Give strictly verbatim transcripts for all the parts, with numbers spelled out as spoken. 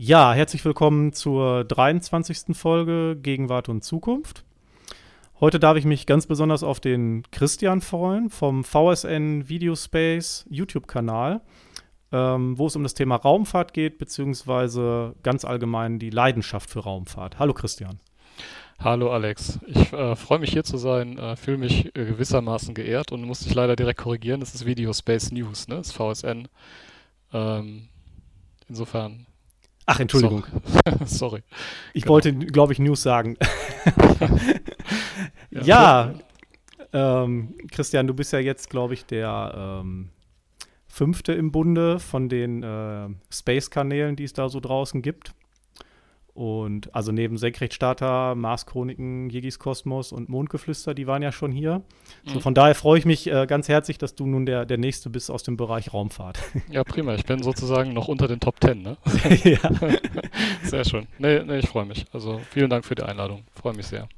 Ja, herzlich willkommen zur dreiundzwanzigsten Folge Gegenwart und Zukunft. Heute darf ich mich ganz besonders auf den Christian freuen vom V S N Videospace YouTube-Kanal, ähm, wo es um das Thema Raumfahrt geht, beziehungsweise ganz allgemein die Leidenschaft für Raumfahrt. Hallo Christian. Hallo Alex, ich äh, freue mich hier zu sein, äh, fühle mich äh, gewissermaßen geehrt und muss dich leider direkt korrigieren, das ist Videospace News, ne? Das V S N. Ähm, insofern, Ach, so, Entschuldigung. sorry, Ich genau. wollte, glaube ich, News sagen. Ja, Ja, schön. ähm, Christian, du bist ja jetzt, glaube ich, der ähm, fünfte im Bunde von den äh, Space-Kanälen, die es da so draußen gibt. Und also neben Senkrechtstarter, Mars-Chroniken, Yigis Kosmos und Mondgeflüster, die waren ja schon hier. So, Mhm. von daher freue ich mich äh, ganz herzlich, dass du nun der, der Nächste bist aus dem Bereich Raumfahrt. Ja, prima, ich bin sozusagen noch unter den Top Ten, ne? Ja. Sehr schön. Nee, nee, ich freue mich. Also vielen Dank für die Einladung, freue mich sehr.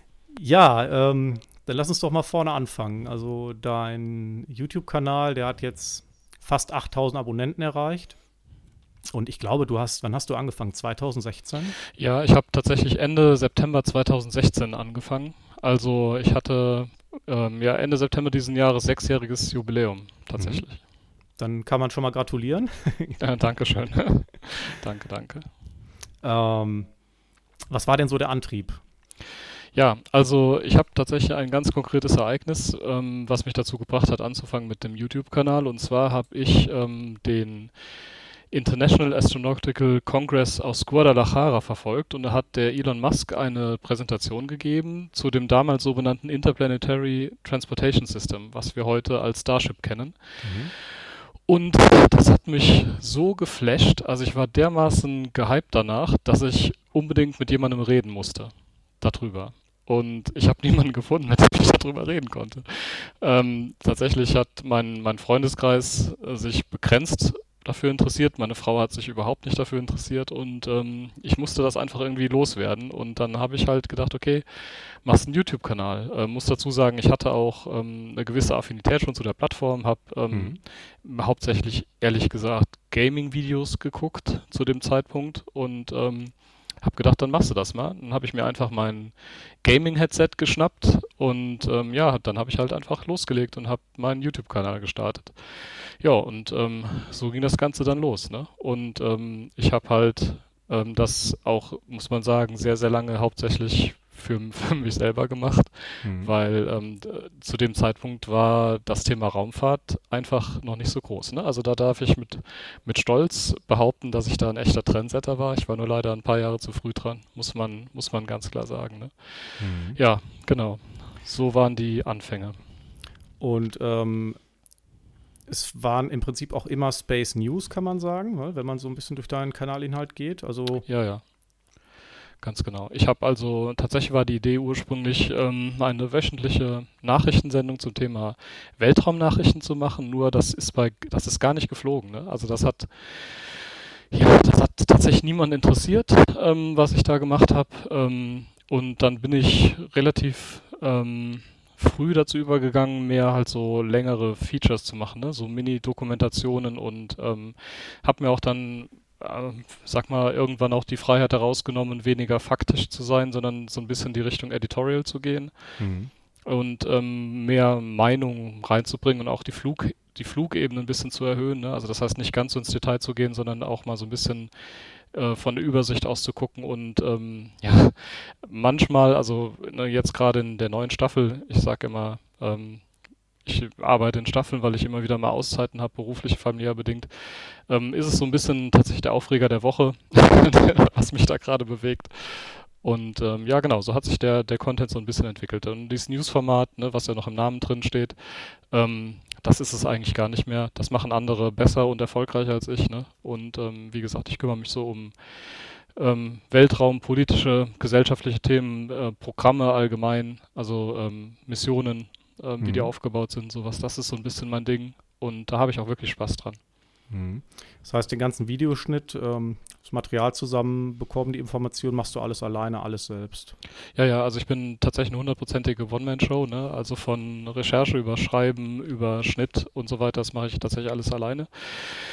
Ja, ähm, dann lass uns doch mal vorne anfangen. Also dein YouTube-Kanal, der hat jetzt fast achttausend Abonnenten erreicht. Und ich glaube, du hast, wann hast du angefangen? zwanzig sechzehn? Ja, ich habe tatsächlich Ende September zweitausendsechzehn angefangen. Also ich hatte ähm, ja Ende September diesen Jahres sechsjähriges Jubiläum, Mhm. tatsächlich. Dann kann man schon mal gratulieren. Äh, Dankeschön. Danke, danke. Ähm, was war denn so der Antrieb? Ja, also ich habe tatsächlich ein ganz konkretes Ereignis, ähm, was mich dazu gebracht hat, anzufangen mit dem YouTube-Kanal. Und zwar habe ich ähm, den International Astronautical Congress aus Guadalajara verfolgt und da hat der Elon Musk eine Präsentation gegeben zu dem damals sogenannten Interplanetary Transportation System, was wir heute als Starship kennen. Mhm. Und das hat mich so geflasht, also ich war dermaßen gehypt danach, dass ich unbedingt mit jemandem reden musste darüber. Und ich habe niemanden gefunden, mit dem ich darüber reden konnte. Ähm, tatsächlich hat mein, mein Freundeskreis äh, sich begrenzt dafür interessiert. Meine Frau hat sich überhaupt nicht dafür interessiert und ähm, ich musste das einfach irgendwie loswerden. Und dann habe ich halt gedacht, okay, machst einen YouTube-Kanal. Äh, muss dazu sagen, ich hatte auch ähm, eine gewisse Affinität schon zu der Plattform, habe ähm, Mhm. hauptsächlich, ehrlich gesagt, Gaming-Videos geguckt zu dem Zeitpunkt und ähm, habe gedacht, dann machst du das mal. Dann habe ich mir einfach mein Gaming-Headset geschnappt und ähm, ja, dann habe ich halt einfach losgelegt und habe meinen YouTube-Kanal gestartet. Ja, und ähm, so ging das Ganze dann los, ne? Und ähm, ich habe halt ähm, das auch, muss man sagen, sehr, sehr lange hauptsächlich für, für mich selber gemacht, Mhm. weil ähm, d- zu dem Zeitpunkt war das Thema Raumfahrt einfach noch nicht so groß, ne? Also da darf ich mit, mit Stolz behaupten, dass ich da ein echter Trendsetter war. Ich war nur leider ein paar Jahre zu früh dran, muss man, muss man ganz klar sagen, ne? Mhm. Ja, genau. So waren die Anfänge. Und ähm, es waren im Prinzip auch immer Space News, kann man sagen, ne? Wenn man so ein bisschen durch deinen Kanalinhalt geht. Also, Ja, ja. Ganz genau. Ich habe also, tatsächlich war die Idee ursprünglich, ähm, eine wöchentliche Nachrichtensendung zum Thema Weltraumnachrichten zu machen, nur das ist bei, das ist gar nicht geflogen, ne? Also das hat, ja, das hat tatsächlich niemanden interessiert, ähm, was ich da gemacht habe. Ähm, und dann bin ich relativ ähm, früh dazu übergegangen, mehr halt so längere Features zu machen, ne? So Mini-Dokumentationen und ähm, habe mir auch dann äh, sag mal, irgendwann auch die Freiheit herausgenommen, weniger faktisch zu sein, sondern so ein bisschen die Richtung Editorial zu gehen mhm. und ähm, mehr Meinung reinzubringen und auch die Flug, die Flugebene ein bisschen zu erhöhen. Ne? Also das heißt nicht ganz so ins Detail zu gehen, sondern auch mal so ein bisschen äh, von der Übersicht aus zu gucken und ähm, ja, manchmal, also ne, jetzt gerade in der neuen Staffel, ich sage immer, ähm, ich arbeite in Staffeln, weil ich immer wieder mal Auszeiten habe, beruflich, familiär bedingt, ähm, ist es so ein bisschen tatsächlich der Aufreger der Woche, was mich da gerade bewegt. Und ähm, ja, genau, so hat sich der, der Content so ein bisschen entwickelt. Und dieses News-Format, ne, was ja noch im Namen drin steht, ähm, das ist es eigentlich gar nicht mehr. Das machen andere besser und erfolgreicher als ich. Ne? Und ähm, wie gesagt, ich kümmere mich so um ähm, Weltraum, politische, gesellschaftliche Themen, äh, Programme allgemein, also ähm, Missionen, ähm, wie die Mhm. aufgebaut sind, sowas. Das ist so ein bisschen mein Ding. Und da habe ich auch wirklich Spaß dran. Mhm. Das heißt, den ganzen Videoschnitt, ähm, das Material zusammenbekommen, die Informationen, machst du alles alleine, alles selbst. Ja, ja, also ich bin tatsächlich eine hundertprozentige One-Man-Show, ne? Also von Recherche über Schreiben, über Schnitt und so weiter, das mache ich tatsächlich alles alleine.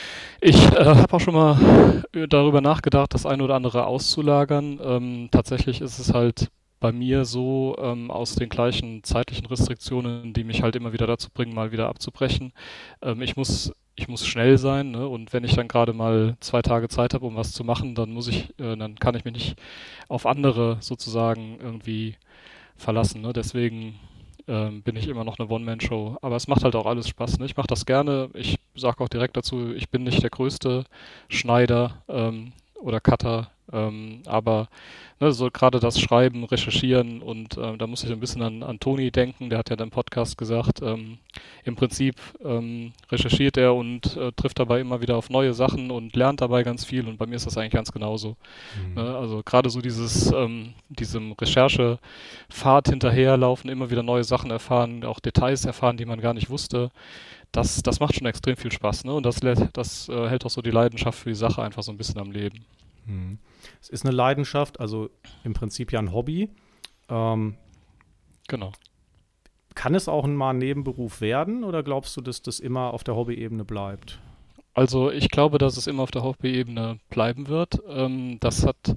Ich äh, habe auch schon mal darüber nachgedacht, das eine oder andere auszulagern. Ähm, tatsächlich ist es halt bei mir so, ähm, aus den gleichen zeitlichen Restriktionen, die mich halt immer wieder dazu bringen, mal wieder abzubrechen. Ähm, ich muss, ich muss schnell sein, ne? Und wenn ich dann gerade mal zwei Tage Zeit habe, um was zu machen, dann muss ich, äh, dann kann ich mich nicht auf andere sozusagen irgendwie verlassen, ne? Deswegen ähm, bin ich immer noch eine One-Man-Show. Aber es macht halt auch alles Spaß, ne? Ich mache das gerne. Ich sage auch direkt dazu, ich bin nicht der größte Schneider ähm, oder Cutter, ähm, aber ne, so gerade das Schreiben, Recherchieren und ähm, da muss ich ein bisschen an, an Toni denken, der hat ja dann im Podcast gesagt, ähm, im Prinzip ähm, recherchiert er und äh, trifft dabei immer wieder auf neue Sachen und lernt dabei ganz viel und bei mir ist das eigentlich ganz genauso. Mhm. Ne? Also gerade so dieses, ähm, diesem Recherchepfad hinterherlaufen, immer wieder neue Sachen erfahren, auch Details erfahren, die man gar nicht wusste, das, das macht schon extrem viel Spaß, ne? Und das, lä- das äh, hält auch so die Leidenschaft für die Sache einfach so ein bisschen am Leben. Mhm. Es ist eine Leidenschaft, also im Prinzip ja ein Hobby. Ähm, Genau. Kann es auch mal ein Nebenberuf werden oder glaubst du, dass das immer auf der Hobbyebene bleibt? Also ich glaube, dass es immer auf der Hobby-Ebene bleiben wird. Ähm, das hat,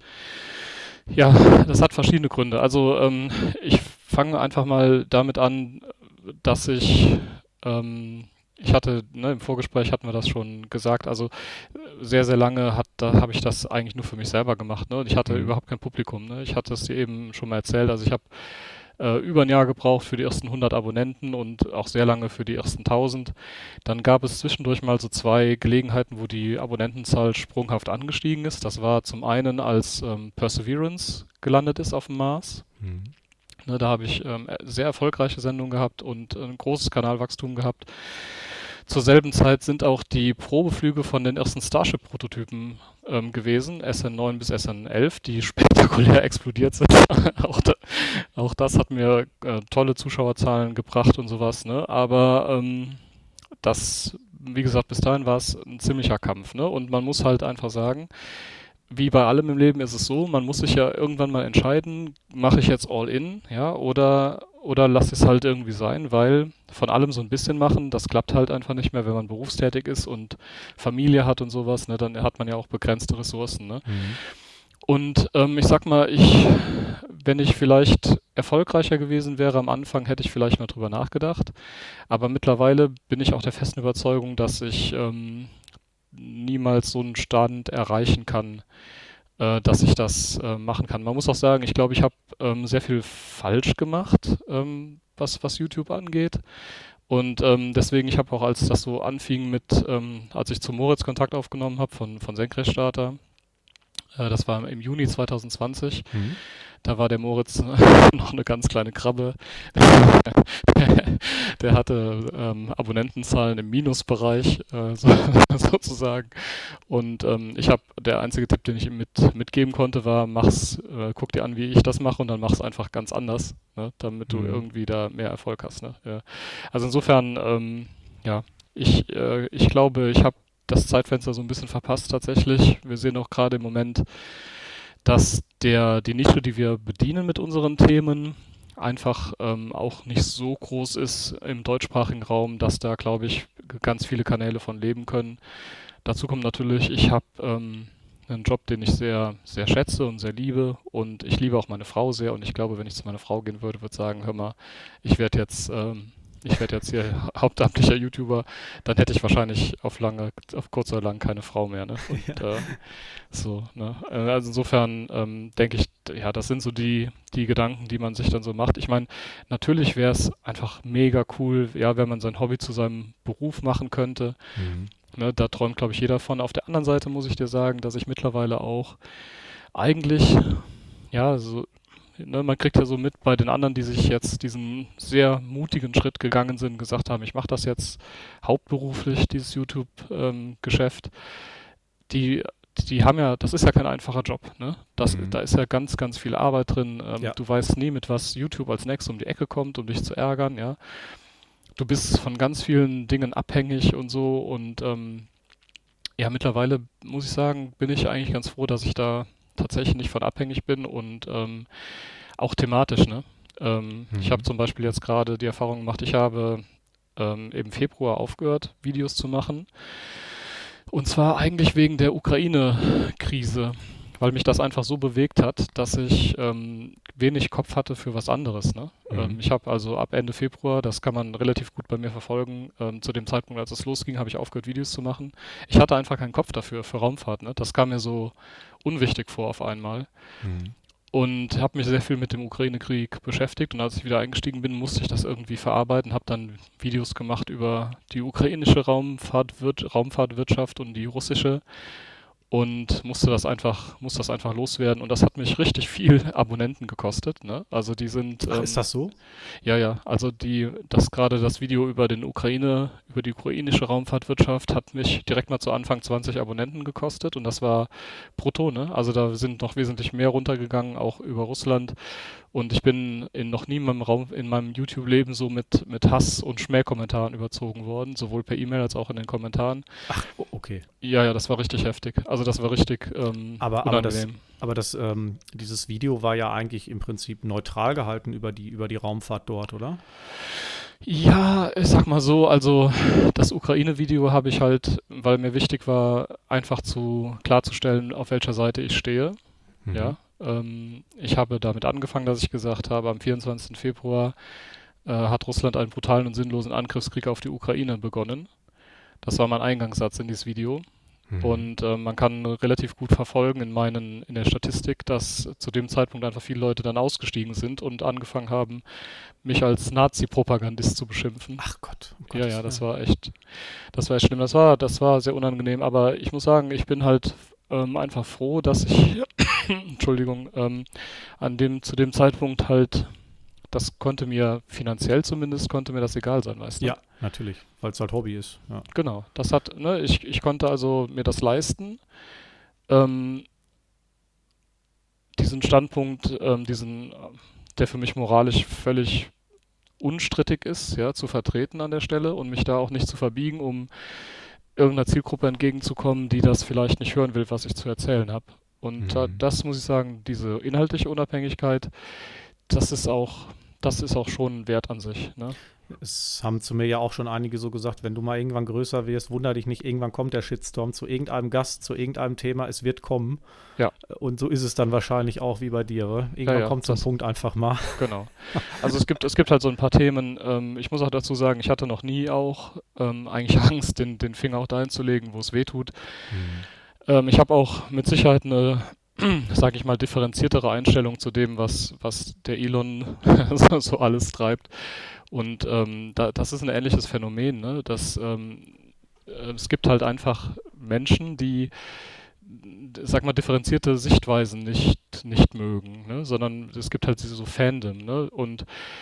ja, das hat verschiedene Gründe. Also ähm, ich fange einfach mal damit an, dass ich, ähm, ich hatte, ne, im Vorgespräch hatten wir das schon gesagt, also äh, sehr, sehr lange hat, da habe ich das eigentlich nur für mich selber gemacht, ne? Und ich hatte Mhm. überhaupt kein Publikum, ne? Ich hatte es dir eben schon mal erzählt. Also ich habe äh, über ein Jahr gebraucht für die ersten hundert Abonnenten und auch sehr lange für die ersten tausend. Dann gab es zwischendurch mal so zwei Gelegenheiten, wo die Abonnentenzahl sprunghaft angestiegen ist. Das war zum einen, als ähm, Perseverance gelandet ist auf dem Mars. Mhm. Ne, da habe ich ähm, sehr erfolgreiche Sendungen gehabt und ein großes Kanalwachstum gehabt. Zur selben Zeit sind auch die Probeflüge von den ersten Starship-Prototypen ähm, gewesen, S N neun bis S N elf, die spektakulär explodiert sind. auch, da, auch das hat mir äh, tolle Zuschauerzahlen gebracht und sowas, ne? Aber ähm, das, wie gesagt, bis dahin war es ein ziemlicher Kampf, ne? Und man muss halt einfach sagen, wie bei allem im Leben ist es so, man muss sich ja irgendwann mal entscheiden, mache ich jetzt all in, ja, oder, oder lasse ich es halt irgendwie sein, weil von allem so ein bisschen machen, das klappt halt einfach nicht mehr, wenn man berufstätig ist und Familie hat und sowas, ne, dann hat man ja auch begrenzte Ressourcen, ne. Mhm. Und ähm, ich sag mal, ich, wenn ich vielleicht erfolgreicher gewesen wäre am Anfang, hätte ich vielleicht mal drüber nachgedacht, aber mittlerweile bin ich auch der festen Überzeugung, dass ich ähm, niemals so einen Stand erreichen kann, äh, dass ich das äh, machen kann. Man muss auch sagen, ich glaube, ich habe ähm, sehr viel falsch gemacht, ähm, was, was YouTube angeht. Und ähm, deswegen, ich habe auch, als das so anfing mit, ähm, als ich zu Moritz Kontakt aufgenommen habe von, von Senkrechtstarter, äh, das war im Juni zwanzig zwanzig, Mhm. da war der Moritz noch eine ganz kleine Krabbe. Der hatte ähm, Abonnentenzahlen im Minusbereich, äh, so, sozusagen. Und ähm, ich habe, der einzige Tipp, den ich ihm mit, mitgeben konnte, war, mach's, äh, guck dir an, wie ich das mache und dann mach's einfach ganz anders, ne, damit du Mhm. irgendwie da mehr Erfolg hast. Ne? Ja. Also insofern, ähm, ja, ich, äh, ich glaube, ich habe das Zeitfenster so ein bisschen verpasst tatsächlich. Wir sehen auch gerade im Moment, dass der, die Nische, die wir bedienen mit unseren Themen, einfach ähm, auch nicht so groß ist im deutschsprachigen Raum, dass da, glaube ich, ganz viele Kanäle von leben können. Dazu kommt natürlich, ich habe ähm, einen Job, den ich sehr, sehr schätze und sehr liebe und ich liebe auch meine Frau sehr und ich glaube, wenn ich zu meiner Frau gehen würde, würde sagen, hör mal, ich werde jetzt ähm, ich werde jetzt hier hauptamtlicher YouTuber, dann hätte ich wahrscheinlich auf lange, auf kurz oder lang keine Frau mehr, ne? Und Ja. äh, so, ne? Äh, Also insofern ähm, denke ich, ja, das sind so die, die Gedanken, die man sich dann so macht. Ich meine, natürlich wäre es einfach mega cool, ja, wenn man sein Hobby zu seinem Beruf machen könnte. Mhm. Ne? Da träumt, glaube ich, jeder von. Auf der anderen Seite muss ich dir sagen, dass ich mittlerweile auch eigentlich, ja, so, ne, man kriegt ja so mit bei den anderen, die sich jetzt diesen sehr mutigen Schritt gegangen sind, gesagt haben, ich mache das jetzt hauptberuflich, dieses YouTube-Geschäft. die, die haben ja, das ist ja kein einfacher Job, ne? Das, Mhm. Da ist ja ganz, ganz viel Arbeit drin. Ähm, Ja. Du weißt nie, mit was YouTube als nächstes um die Ecke kommt, um dich zu ärgern, ja. Du bist von ganz vielen Dingen abhängig und so und ähm, ja, mittlerweile muss ich sagen, bin ich eigentlich ganz froh, dass ich da tatsächlich nicht von abhängig bin und ähm, auch thematisch, ne? Ähm, ich habe Mhm. zum Beispiel jetzt gerade die Erfahrung gemacht, ich habe ähm, im Februar aufgehört, Videos zu machen. Und zwar eigentlich wegen der Ukraine-Krise, weil mich das einfach so bewegt hat, dass ich ähm, wenig Kopf hatte für was anderes. Ne? Mhm. Ähm, ich habe also ab Ende Februar, das kann man relativ gut bei mir verfolgen, ähm, zu dem Zeitpunkt, als es losging, habe ich aufgehört, Videos zu machen. Ich hatte einfach keinen Kopf dafür, für Raumfahrt. Ne? Das kam mir so unwichtig vor auf einmal. Mhm. Und habe mich sehr viel mit dem Ukraine-Krieg beschäftigt. Und als ich wieder eingestiegen bin, musste ich das irgendwie verarbeiten. Habe dann Videos gemacht über die ukrainische Raumfahrtwir- Raumfahrtwirtschaft und die russische. Und musste das einfach, muss das einfach loswerden. Und das hat mich richtig viel Abonnenten gekostet. Ne? Also die sind. Ach, Ähm, ist das so? ja, ja. Also die, das gerade das Video über den Ukraine, über die ukrainische Raumfahrtwirtschaft hat mich direkt mal zu Anfang zwanzig Abonnenten gekostet. Und das war brutto, ne? Also da sind noch wesentlich mehr runtergegangen, auch über Russland. Und ich bin in noch nie in meinem Raum, in meinem YouTube-Leben so mit, mit Hass und Schmähkommentaren überzogen worden, sowohl per E-Mail als auch in den Kommentaren. Ach, o- okay. Ja, ja, das war richtig heftig. Also das war richtig ähm, Aber, aber das, unangenehm. aber das, ähm, dieses Video war ja eigentlich im Prinzip neutral gehalten über die, über die Raumfahrt dort, oder? Ja, ich sag mal so, also das Ukraine-Video habe ich halt, weil mir wichtig war, einfach zu klarzustellen, auf welcher Seite ich stehe. Mhm. Ja, ähm, ich habe damit angefangen, dass ich gesagt habe, am vierundzwanzigsten Februar äh, hat Russland einen brutalen und sinnlosen Angriffskrieg auf die Ukraine begonnen. Das war mein Eingangssatz in dieses Video. Mhm. Und äh, man kann relativ gut verfolgen in meinen, in der Statistik, dass zu dem Zeitpunkt einfach viele Leute dann ausgestiegen sind und angefangen haben, mich als Nazi-Propagandist zu beschimpfen. Ach Gott. Um Ja, Gottes ja, das Willen. war echt, das war echt schlimm. Das war, das war sehr unangenehm, aber ich muss sagen, ich bin halt ähm, einfach froh, dass ich, Entschuldigung, ähm, an dem, zu dem Zeitpunkt halt, das konnte mir, finanziell zumindest, konnte mir das egal sein, weißt du? Ja, natürlich, weil es halt Hobby ist. Ja. Genau, das hat, ne, ich, ich konnte also mir das leisten, ähm, diesen Standpunkt, ähm, diesen, äh, der für mich moralisch völlig unstrittig ist, ja, zu vertreten an der Stelle und mich da auch nicht zu verbiegen, um irgendeiner Zielgruppe entgegenzukommen, die das vielleicht nicht hören will, was ich zu erzählen habe. Und da, Mhm. das muss ich sagen, diese inhaltliche Unabhängigkeit, das ist auch, das ist auch schon ein Wert an sich, ne? Es haben zu mir ja auch schon einige so gesagt, wenn du mal irgendwann größer wirst, wunder dich nicht, irgendwann kommt der Shitstorm zu irgendeinem Gast, zu irgendeinem Thema, es wird kommen. Ja. Und so ist es dann wahrscheinlich auch wie bei dir. Oder? Irgendwann Ja, ja, kommt so ein das- Punkt einfach mal. Genau. Also es gibt, es gibt halt so ein paar Themen. Ähm, ich muss auch dazu sagen, ich hatte noch nie auch ähm, eigentlich Angst, den, den Finger auch dahin zu legen, wo es weh tut. Ähm, ich habe auch mit Sicherheit eine, sage ich mal, differenziertere Einstellung zu dem, was, was der Elon so, so alles treibt. Und ähm, da, das ist ein ähnliches Phänomen, ne? Dass ähm, äh, es gibt halt einfach Menschen, die, sag mal, differenzierte Sichtweisen nicht, nicht mögen, ne? Sondern es gibt halt diese so Fandom, ne? Und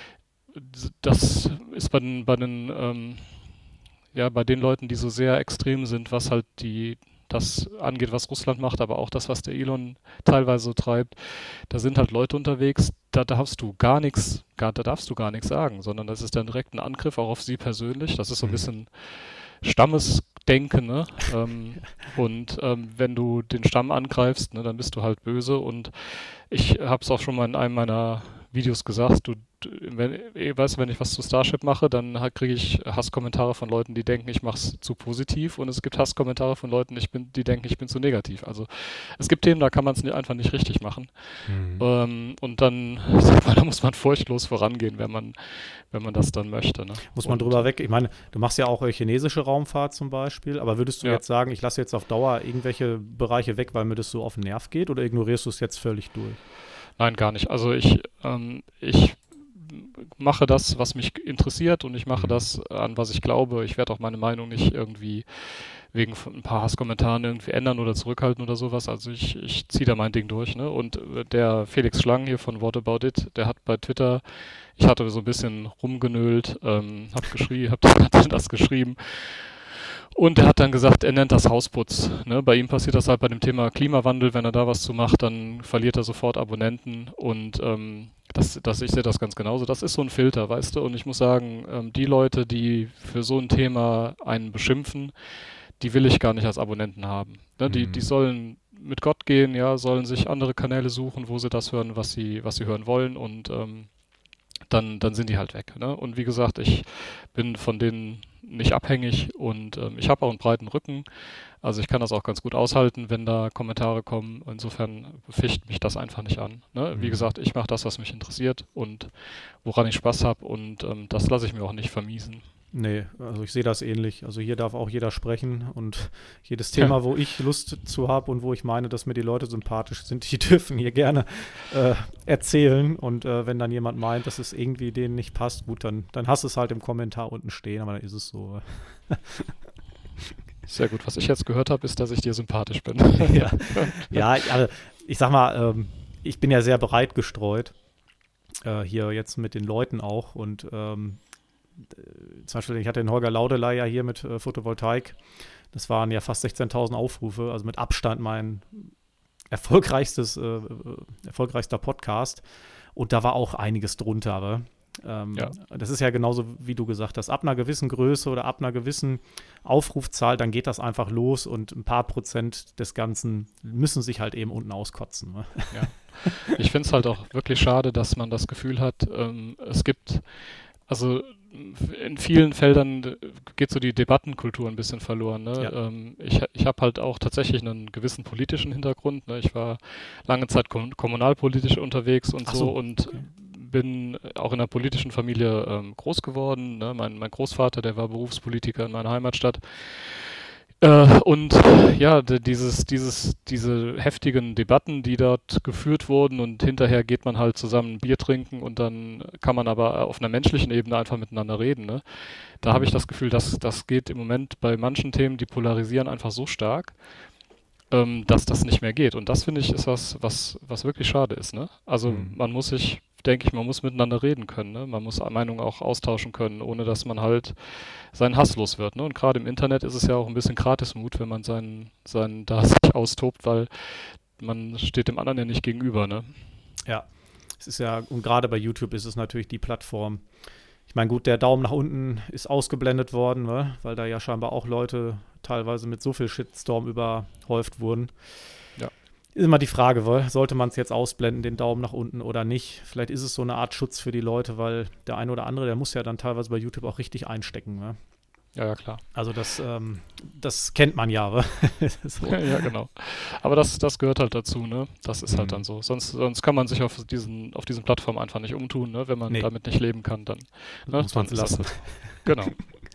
das ist bei den, bei den ähm, ja, bei den Leuten, die so sehr extrem sind, was halt die das angeht, was Russland macht, aber auch das, was der Elon teilweise so treibt, da sind halt Leute unterwegs, da darfst du gar nichts, gar, da darfst du gar nichts sagen, sondern das ist dann direkt ein Angriff auch auf sie persönlich. Das ist so ein Mhm. bisschen Stammesdenken, ne? ähm, und ähm, wenn du den Stamm angreifst, ne, dann bist du halt böse. Und ich habe es auch schon mal in einem meiner Videos gesagt, du, du wenn, eh, weißt du, wenn ich was zu Starship mache, dann ha- kriege ich Hasskommentare von Leuten, die denken, ich mache es zu positiv, und es gibt Hasskommentare von Leuten, ich bin, die denken, ich bin zu negativ. Also es gibt Themen, da kann man es einfach nicht richtig machen. Mhm. Ähm, und dann, ich sag mal, da muss man furchtlos vorangehen, wenn man, wenn man das dann möchte. Ne? Muss man Und, drüber weg. Ich meine, du machst ja auch äh, chinesische Raumfahrt zum Beispiel, aber würdest du Ja. jetzt sagen, ich lasse jetzt auf Dauer irgendwelche Bereiche weg, weil mir das so auf den Nerv geht, oder ignorierst du es jetzt völlig durch? Nein, gar nicht. Also ich, ähm, ich mache das, was mich interessiert, und ich mache Mhm. das, an was ich glaube. Ich werde auch meine Meinung nicht irgendwie wegen von ein paar Hasskommentaren irgendwie ändern oder zurückhalten oder sowas. Also ich, ich ziehe da mein Ding durch, ne? Und äh, der Felix Schlang hier von What About It, der hat bei Twitter, ich hatte so ein bisschen rumgenölt, ähm, hab geschrieben, hab hab das geschrieben. Und er hat dann gesagt, er nennt das Hausputz. Ne? Bei ihm passiert das halt bei dem Thema Klimawandel. Wenn er da was zu macht, dann verliert er sofort Abonnenten. Und ähm, das, das, ich sehe das ganz genauso. Das ist so ein Filter, weißt du? Und ich muss sagen, ähm, die Leute, die für so ein Thema einen beschimpfen, die will ich gar nicht als Abonnenten haben. Ne? Die, Mhm. die sollen mit Gott gehen, ja, sollen sich andere Kanäle suchen, wo sie das hören, was sie, was sie hören wollen. Und ähm, dann, dann sind die halt weg. Ne? Und wie gesagt, ich bin von den nicht abhängig und ähm, ich habe auch einen breiten Rücken. Also ich kann das auch ganz gut aushalten, wenn da Kommentare kommen. Insofern ficht mich das einfach nicht an. Ne? Wie Mhm. gesagt, ich mache das, was mich interessiert und woran ich Spaß habe und ähm, das lasse ich mir auch nicht vermiesen. Nee, also ich sehe das ähnlich. Also hier darf auch jeder sprechen und jedes Thema, wo ich Lust zu habe und wo ich meine, dass mir die Leute sympathisch sind, die dürfen hier gerne äh, erzählen. Und äh, wenn dann jemand meint, dass es irgendwie denen nicht passt, gut, dann, dann hast du es halt im Kommentar unten stehen, aber dann ist es so. Sehr gut. Was ich jetzt gehört habe, ist, dass ich dir sympathisch bin. ja, ja, also ich sag mal, ähm, ich bin ja sehr breit gestreut, äh, hier jetzt mit den Leuten auch und ähm, zum Beispiel, ich hatte den Holger Laudelei ja hier mit äh, Photovoltaik. Das waren ja fast sechzehntausend Aufrufe, also mit Abstand mein erfolgreichstes, äh, erfolgreichster Podcast. Und da war auch einiges drunter. Aber ähm, Ja. das ist ja genauso, wie du gesagt hast. Ab einer gewissen Größe oder ab einer gewissen Aufrufzahl, dann geht das einfach los und ein paar Prozent des Ganzen müssen sich halt eben unten auskotzen. Ne? Ja. Ich finde es halt auch wirklich schade, dass man das Gefühl hat, ähm, es gibt, also in vielen Feldern geht so die Debattenkultur ein bisschen verloren. Ne? Ja. Ähm, ich ich habe halt auch tatsächlich einen gewissen politischen Hintergrund. Ne? Ich war lange Zeit kom- kommunalpolitisch unterwegs und Ach so, so, und okay. bin auch in einer politischen Familie ähm, groß geworden. Ne? Mein, mein Großvater, der war Berufspolitiker in meiner Heimatstadt. Äh, und ja, d- dieses, dieses, diese heftigen Debatten, die dort geführt wurden, und hinterher geht man halt zusammen ein Bier trinken und dann kann man aber auf einer menschlichen Ebene einfach miteinander reden. Ne? Da habe ich das Gefühl, dass das geht im Moment bei manchen Themen, die polarisieren einfach so stark, ähm, dass das nicht mehr geht. Und das, finde ich, ist was, was, was wirklich schade ist. Ne? Also Mhm. man muss sich, denke ich, man muss miteinander reden können. Ne? Man muss Meinungen auch austauschen können, ohne dass man halt seinen Hass los wird. Ne? Und gerade im Internet ist es ja auch ein bisschen Gratismut, wenn man seinen, seinen da sich austobt, weil man steht dem anderen ja nicht gegenüber. Ne? Ja, es ist ja, und gerade bei YouTube ist es natürlich die Plattform. Ich meine, gut, der Daumen nach unten ist ausgeblendet worden, ne? Weil da ja scheinbar auch Leute teilweise mit so viel Shitstorm überhäuft wurden. Ja. Ist immer die Frage, weil, sollte man es jetzt ausblenden, den Daumen nach unten oder nicht? Vielleicht ist es so eine Art Schutz für die Leute, weil der eine oder andere, der muss ja dann teilweise bei YouTube auch richtig einstecken. Ne? Ja, ja, klar. Also das, ähm, das kennt man ja. so. Ja, genau. Aber das, das gehört halt dazu, ne? Das ist halt Mhm. dann so. Sonst, sonst kann man sich auf diesen, auf diesen Plattformen einfach nicht umtun, ne? Wenn man Nee. damit nicht leben kann, dann, ne? Muss man es Dann ist das lassen. halt. Genau.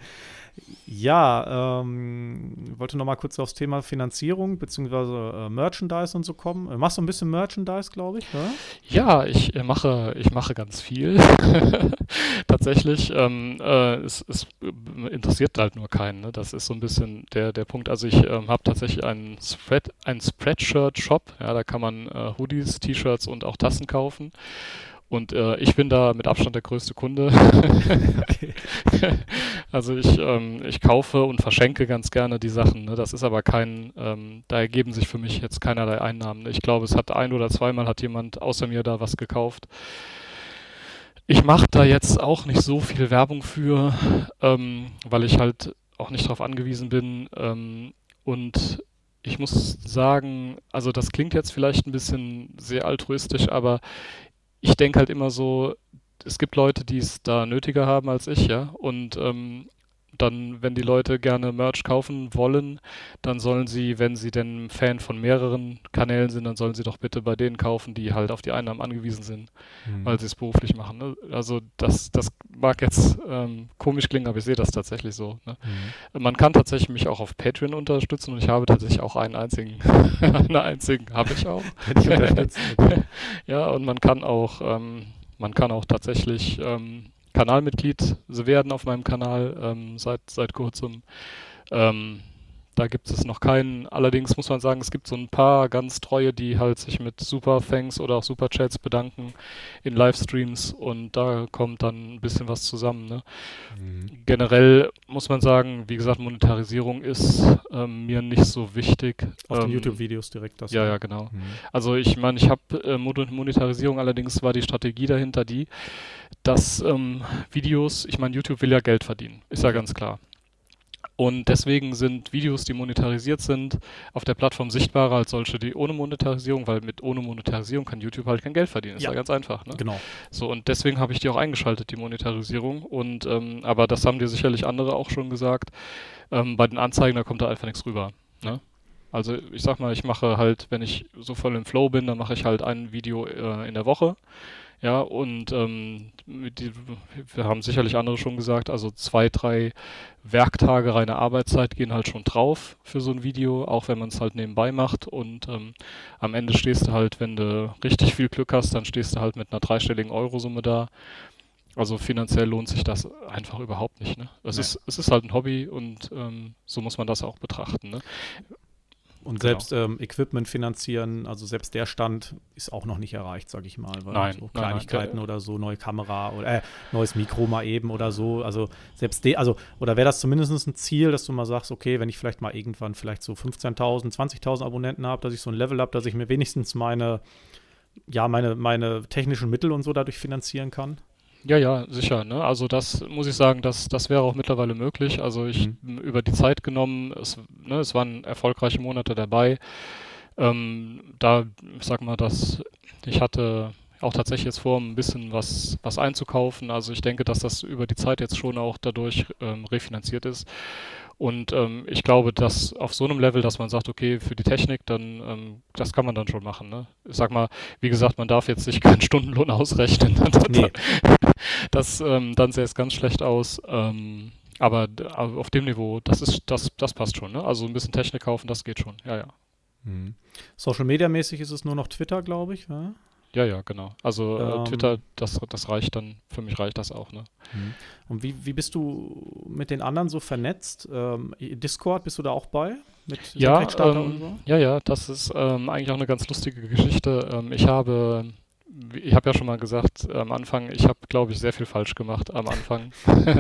Ja, ähm, wollte noch mal kurz aufs Thema Finanzierung bzw. Äh, Merchandise und so kommen. Äh, machst du ein bisschen Merchandise, glaube ich, ne? Ja, ich äh, mache, ich mache ganz viel. Tatsächlich. Ähm, äh, es, es äh, interessiert halt nur keinen. Ne? Das ist so ein bisschen der, der Punkt. Also ich ähm, habe tatsächlich einen Spread, einen Spreadshirt-Shop. Ja, da kann man äh, Hoodies, T-Shirts und auch Tassen kaufen. Und äh, ich bin da mit Abstand der größte Kunde. Okay. Also ich, ähm, ich kaufe und verschenke ganz gerne die Sachen. Ne? Das ist aber kein, ähm, da ergeben sich für mich jetzt keinerlei Einnahmen. Ich glaube, es hat ein oder zweimal hat jemand außer mir da was gekauft. Ich mache da jetzt auch nicht so viel Werbung für, ähm, weil ich halt auch nicht darauf angewiesen bin. Ähm, und ich muss sagen, also das klingt jetzt vielleicht ein bisschen sehr altruistisch, aber ich denke halt immer so, es gibt Leute, die es da nötiger haben als ich, ja. Und ähm, dann, wenn die Leute gerne Merch kaufen wollen, dann sollen sie, wenn sie denn Fan von mehreren Kanälen sind, dann sollen sie doch bitte bei denen kaufen, die halt auf die Einnahmen angewiesen sind, Mhm. weil sie es beruflich machen. Ne? Also das, das mag jetzt ähm, komisch klingen, aber ich sehe das tatsächlich so. Ne? Mhm. Man kann tatsächlich mich auch auf Patreon unterstützen, und ich habe tatsächlich auch einen einzigen, einen einzigen habe ich auch. Hätte ich unterstützt. Okay. Ja, und man kann auch, ähm, man kann auch tatsächlich ähm, Kanalmitglied werden auf meinem Kanal ähm, seit, seit kurzem. Ähm, da gibt es noch keinen. Allerdings muss man sagen, es gibt so ein paar ganz treue, die halt sich mit Super Thanks oder auch Super Chats bedanken in Livestreams, und da kommt dann ein bisschen was zusammen. Ne? Mhm. Generell muss man sagen, wie gesagt, Monetarisierung ist ähm, mir nicht so wichtig. Auf den Ähm, YouTube-Videos direkt das. Ja, ne? ja, genau. Mhm. Also ich meine, ich habe äh, Mon- Monetarisierung, allerdings war die Strategie dahinter die, dass ähm, Videos, ich meine, YouTube will ja Geld verdienen, ist ja ganz klar. Und deswegen sind Videos, die monetarisiert sind, auf der Plattform sichtbarer als solche, die ohne Monetarisierung, weil mit ohne Monetarisierung kann YouTube halt kein Geld verdienen. Ist ja, ja ganz einfach. Ne? Genau. So, und deswegen habe ich die auch eingeschaltet, die Monetarisierung. Und ähm, aber das haben dir sicherlich andere auch schon gesagt. Ähm, bei den Anzeigen, da kommt da einfach nichts rüber. Ne? Also ich sag mal, ich mache halt, wenn ich so voll im Flow bin, dann mache ich halt ein Video äh, in der Woche. Ja, und ähm, die, wir haben sicherlich andere schon gesagt, also zwei, drei Werktage reine Arbeitszeit gehen halt schon drauf für so ein Video, auch wenn man es halt nebenbei macht. Und ähm, am Ende stehst du halt, wenn du richtig viel Glück hast, dann stehst du halt mit einer dreistelligen Eurosumme da. Also finanziell lohnt sich das einfach überhaupt nicht. Ne? Es, Nee. ist, es ist halt ein Hobby und ähm, so muss man das auch betrachten. Ne? Und Genau. selbst ähm, Equipment finanzieren, also selbst der Stand ist auch noch nicht erreicht, sage ich mal. Weil Nein, so nein, Kleinigkeiten nein, oder so, neue Kamera oder äh, neues Mikro mal eben oder so. Also selbst de, also, oder wäre das zumindest ein Ziel, dass du mal sagst, okay, wenn ich vielleicht mal irgendwann vielleicht so fünfzehntausend, zwanzigtausend Abonnenten habe, dass ich so ein Level habe, dass ich mir wenigstens meine, ja, meine, meine technischen Mittel und so dadurch finanzieren kann? Ja, ja, sicher. Ne? Also das muss ich sagen, das, das wäre auch mittlerweile möglich. Also ich Mhm. über die Zeit genommen, es, ne, es waren erfolgreiche Monate dabei. Ähm, da, ich sag mal, dass ich hatte auch tatsächlich jetzt vor, ein bisschen was, was einzukaufen. Also ich denke, dass das über die Zeit jetzt schon auch dadurch ähm, refinanziert ist. Und ähm, ich glaube, dass auf so einem Level, dass man sagt, okay, für die Technik, dann, ähm, das kann man dann schon machen. Ne? Ich sag mal, wie gesagt, man darf jetzt sich keinen Stundenlohn ausrechnen. Nee. Das, ähm, dann sähe es ganz schlecht aus. Ähm, aber d- aber auf dem Niveau, das ist, das, das passt schon. Ne? Also ein bisschen Technik kaufen, das geht schon. Ja, ja. Mhm. Social Media mäßig ist es nur noch Twitter, glaube ich. Ja? Ja, ja, genau. Also äh, Ähm, Twitter, das, das reicht dann, für mich reicht das auch, ne? Mhm. Und wie, wie bist du mit den anderen so vernetzt? Ähm, Discord, bist du da auch bei? Mit Ja, Senkrechtstarter und ähm, so? ja, ja, das ist ähm, eigentlich auch eine ganz lustige Geschichte. Ähm, ich habe, ich habe ja schon mal gesagt, am Anfang, ich habe, glaube ich, sehr viel falsch gemacht am Anfang.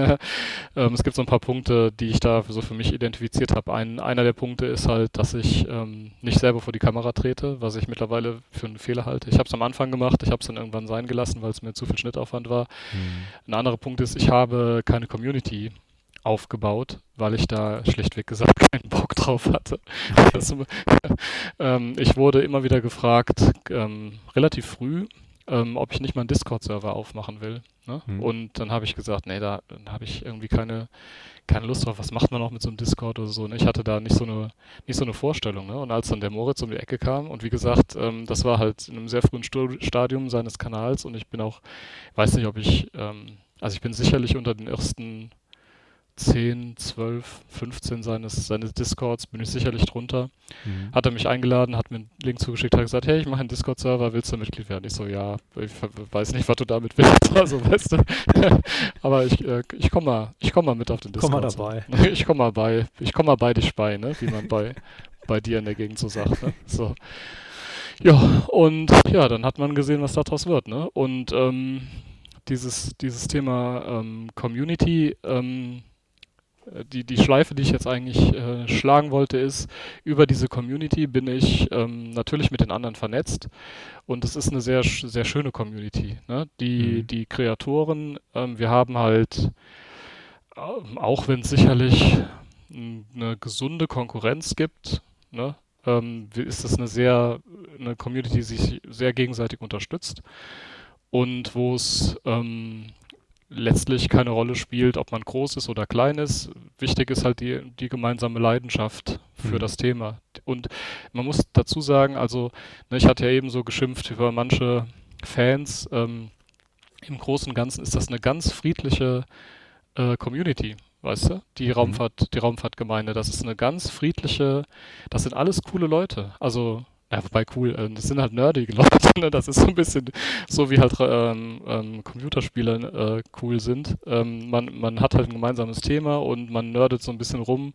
ähm, es gibt so ein paar Punkte, die ich da so für mich identifiziert habe. Ein, einer der Punkte ist halt, dass ich ähm, nicht selber vor die Kamera trete, was ich mittlerweile für einen Fehler halte. Ich habe es am Anfang gemacht, ich habe es dann irgendwann sein gelassen, weil es mir zu viel Schnittaufwand war. Mhm. Ein anderer Punkt ist, ich habe keine Community aufgebaut, weil ich da schlichtweg gesagt keinen Bock drauf hatte. Das, ähm, ich wurde immer wieder gefragt, ähm, relativ früh, ähm, ob ich nicht mal einen Discord-Server aufmachen will. Ne? Mhm. Und dann habe ich gesagt, nee, da, da habe ich irgendwie keine, keine Lust drauf. Was macht man auch mit so einem Discord oder so? Ne? Ich hatte da nicht so eine, nicht so eine Vorstellung. Ne? Und als dann der Moritz um die Ecke kam und wie gesagt, ähm, das war halt in einem sehr frühen Stu- Stadium seines Kanals und ich bin auch, weiß nicht, ob ich, ähm, also ich bin sicherlich unter den ersten zehn, zwölf, fünfzehn seines, seines Discords, bin ich sicherlich drunter. Mhm. Hat er mich eingeladen, hat mir einen Link zugeschickt, hat gesagt, hey, ich mache einen Discord-Server, willst du Mitglied werden? Ich so, ja, ich weiß nicht, was du damit willst, also weißt du. Aber ich, äh, ich komme mal, ich komm mal mit auf den Komm Discord. mal dabei. So. Ich komme mal bei, ich komme mal bei dich bei, ne? Wie man bei, bei dir in der Gegend so sagt. Ne? So. Ja, und ja, dann hat man gesehen, was daraus wird, ne? Und ähm, dieses, dieses Thema ähm, Community, ähm, Die, die Schleife, die ich jetzt eigentlich äh, schlagen wollte, ist, über diese Community bin ich ähm, natürlich mit den anderen vernetzt und es ist eine sehr, sch- sehr schöne Community. Ne? Die, Mhm. die Kreatoren, ähm, wir haben halt, ähm, auch wenn es sicherlich m, eine gesunde Konkurrenz gibt, ne? ähm, wie- ist es eine sehr, eine Community, die sich sehr gegenseitig unterstützt und wo es ähm, letztlich keine Rolle spielt, ob man groß ist oder klein ist. Wichtig ist halt die, die gemeinsame Leidenschaft für Mhm. das Thema. Und man muss dazu sagen, also ne, ich hatte ja eben so geschimpft über manche Fans. Ähm, im Großen und Ganzen ist das eine ganz friedliche äh, Community, weißt du? Die Mhm. Raumfahrt, die Raumfahrtgemeinde, das ist eine ganz friedliche, das sind alles coole Leute. Also, ja, wobei cool, äh, das sind halt nerdige Leute, ne? Das ist so ein bisschen so wie halt ähm, ähm, Computerspiele äh, cool sind. Ähm, man, man hat halt ein gemeinsames Thema und man nerdet so ein bisschen rum.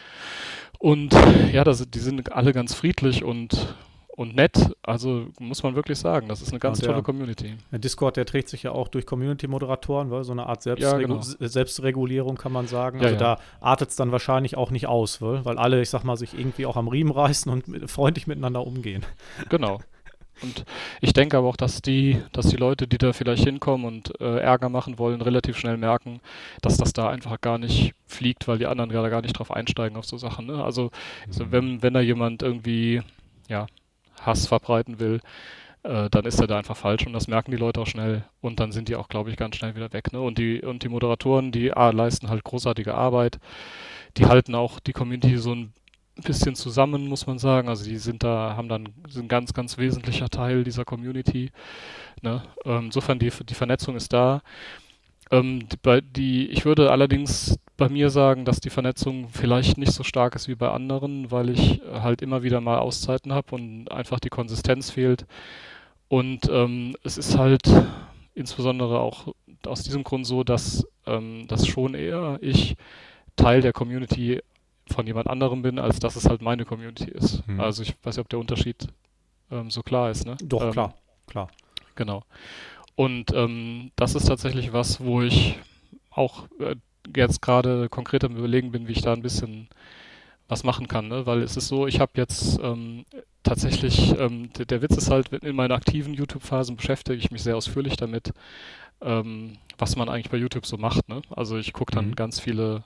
Und ja, das, die sind alle ganz friedlich und, und nett. Also muss man wirklich sagen, das ist eine Ja, ganz und tolle der, Community. der Discord, der trägt sich ja auch durch Community-Moderatoren, weil so eine Art Ja, Selbstregu genau. Selbstregulierung kann man sagen. Ja, Also ja, da artet es dann wahrscheinlich auch nicht aus, weil, weil alle, ich sag mal, sich irgendwie auch am Riemen reißen und mit, freundlich miteinander umgehen. genau. Und ich denke aber auch, dass die, dass die Leute, die da vielleicht hinkommen und äh, Ärger machen wollen, relativ schnell merken, dass das da einfach gar nicht fliegt, weil die anderen gerade gar nicht drauf einsteigen auf so Sachen. Ne? Also so, wenn, wenn da jemand irgendwie ja, Hass verbreiten will, äh, dann ist er da einfach falsch und das merken die Leute auch schnell und dann sind die auch, glaube ich, ganz schnell wieder weg. Ne? Und die, und die Moderatoren, die ah, leisten halt großartige Arbeit, die halten auch die Community so ein bisschen zusammen, muss man sagen. Also die sind da, haben dann sind ein ganz, ganz wesentlicher Teil dieser Community. Ne? Ähm, insofern die, die Vernetzung ist da. Ähm, die, bei, die, ich würde allerdings bei mir sagen, dass die Vernetzung vielleicht nicht so stark ist wie bei anderen, weil ich halt immer wieder mal Auszeiten habe und einfach die Konsistenz fehlt. Und ähm, es ist halt insbesondere auch aus diesem Grund so, dass ähm, das schon eher ich Teil der Community von jemand anderem bin, als dass es halt meine Community ist. Hm. Also ich weiß nicht, ob der Unterschied ähm, so klar ist. Ne? Doch, ähm, klar, klar. Genau. Und ähm, das ist tatsächlich was, wo ich auch äh, jetzt gerade konkret am Überlegen bin, wie ich da ein bisschen was machen kann. Ne? Weil es ist so, ich habe jetzt ähm, tatsächlich, ähm, der, der Witz ist halt, in meinen aktiven YouTube-Phasen beschäftige ich mich sehr ausführlich damit, ähm, was man eigentlich bei YouTube so macht. Ne? Also ich gucke dann Mhm. ganz viele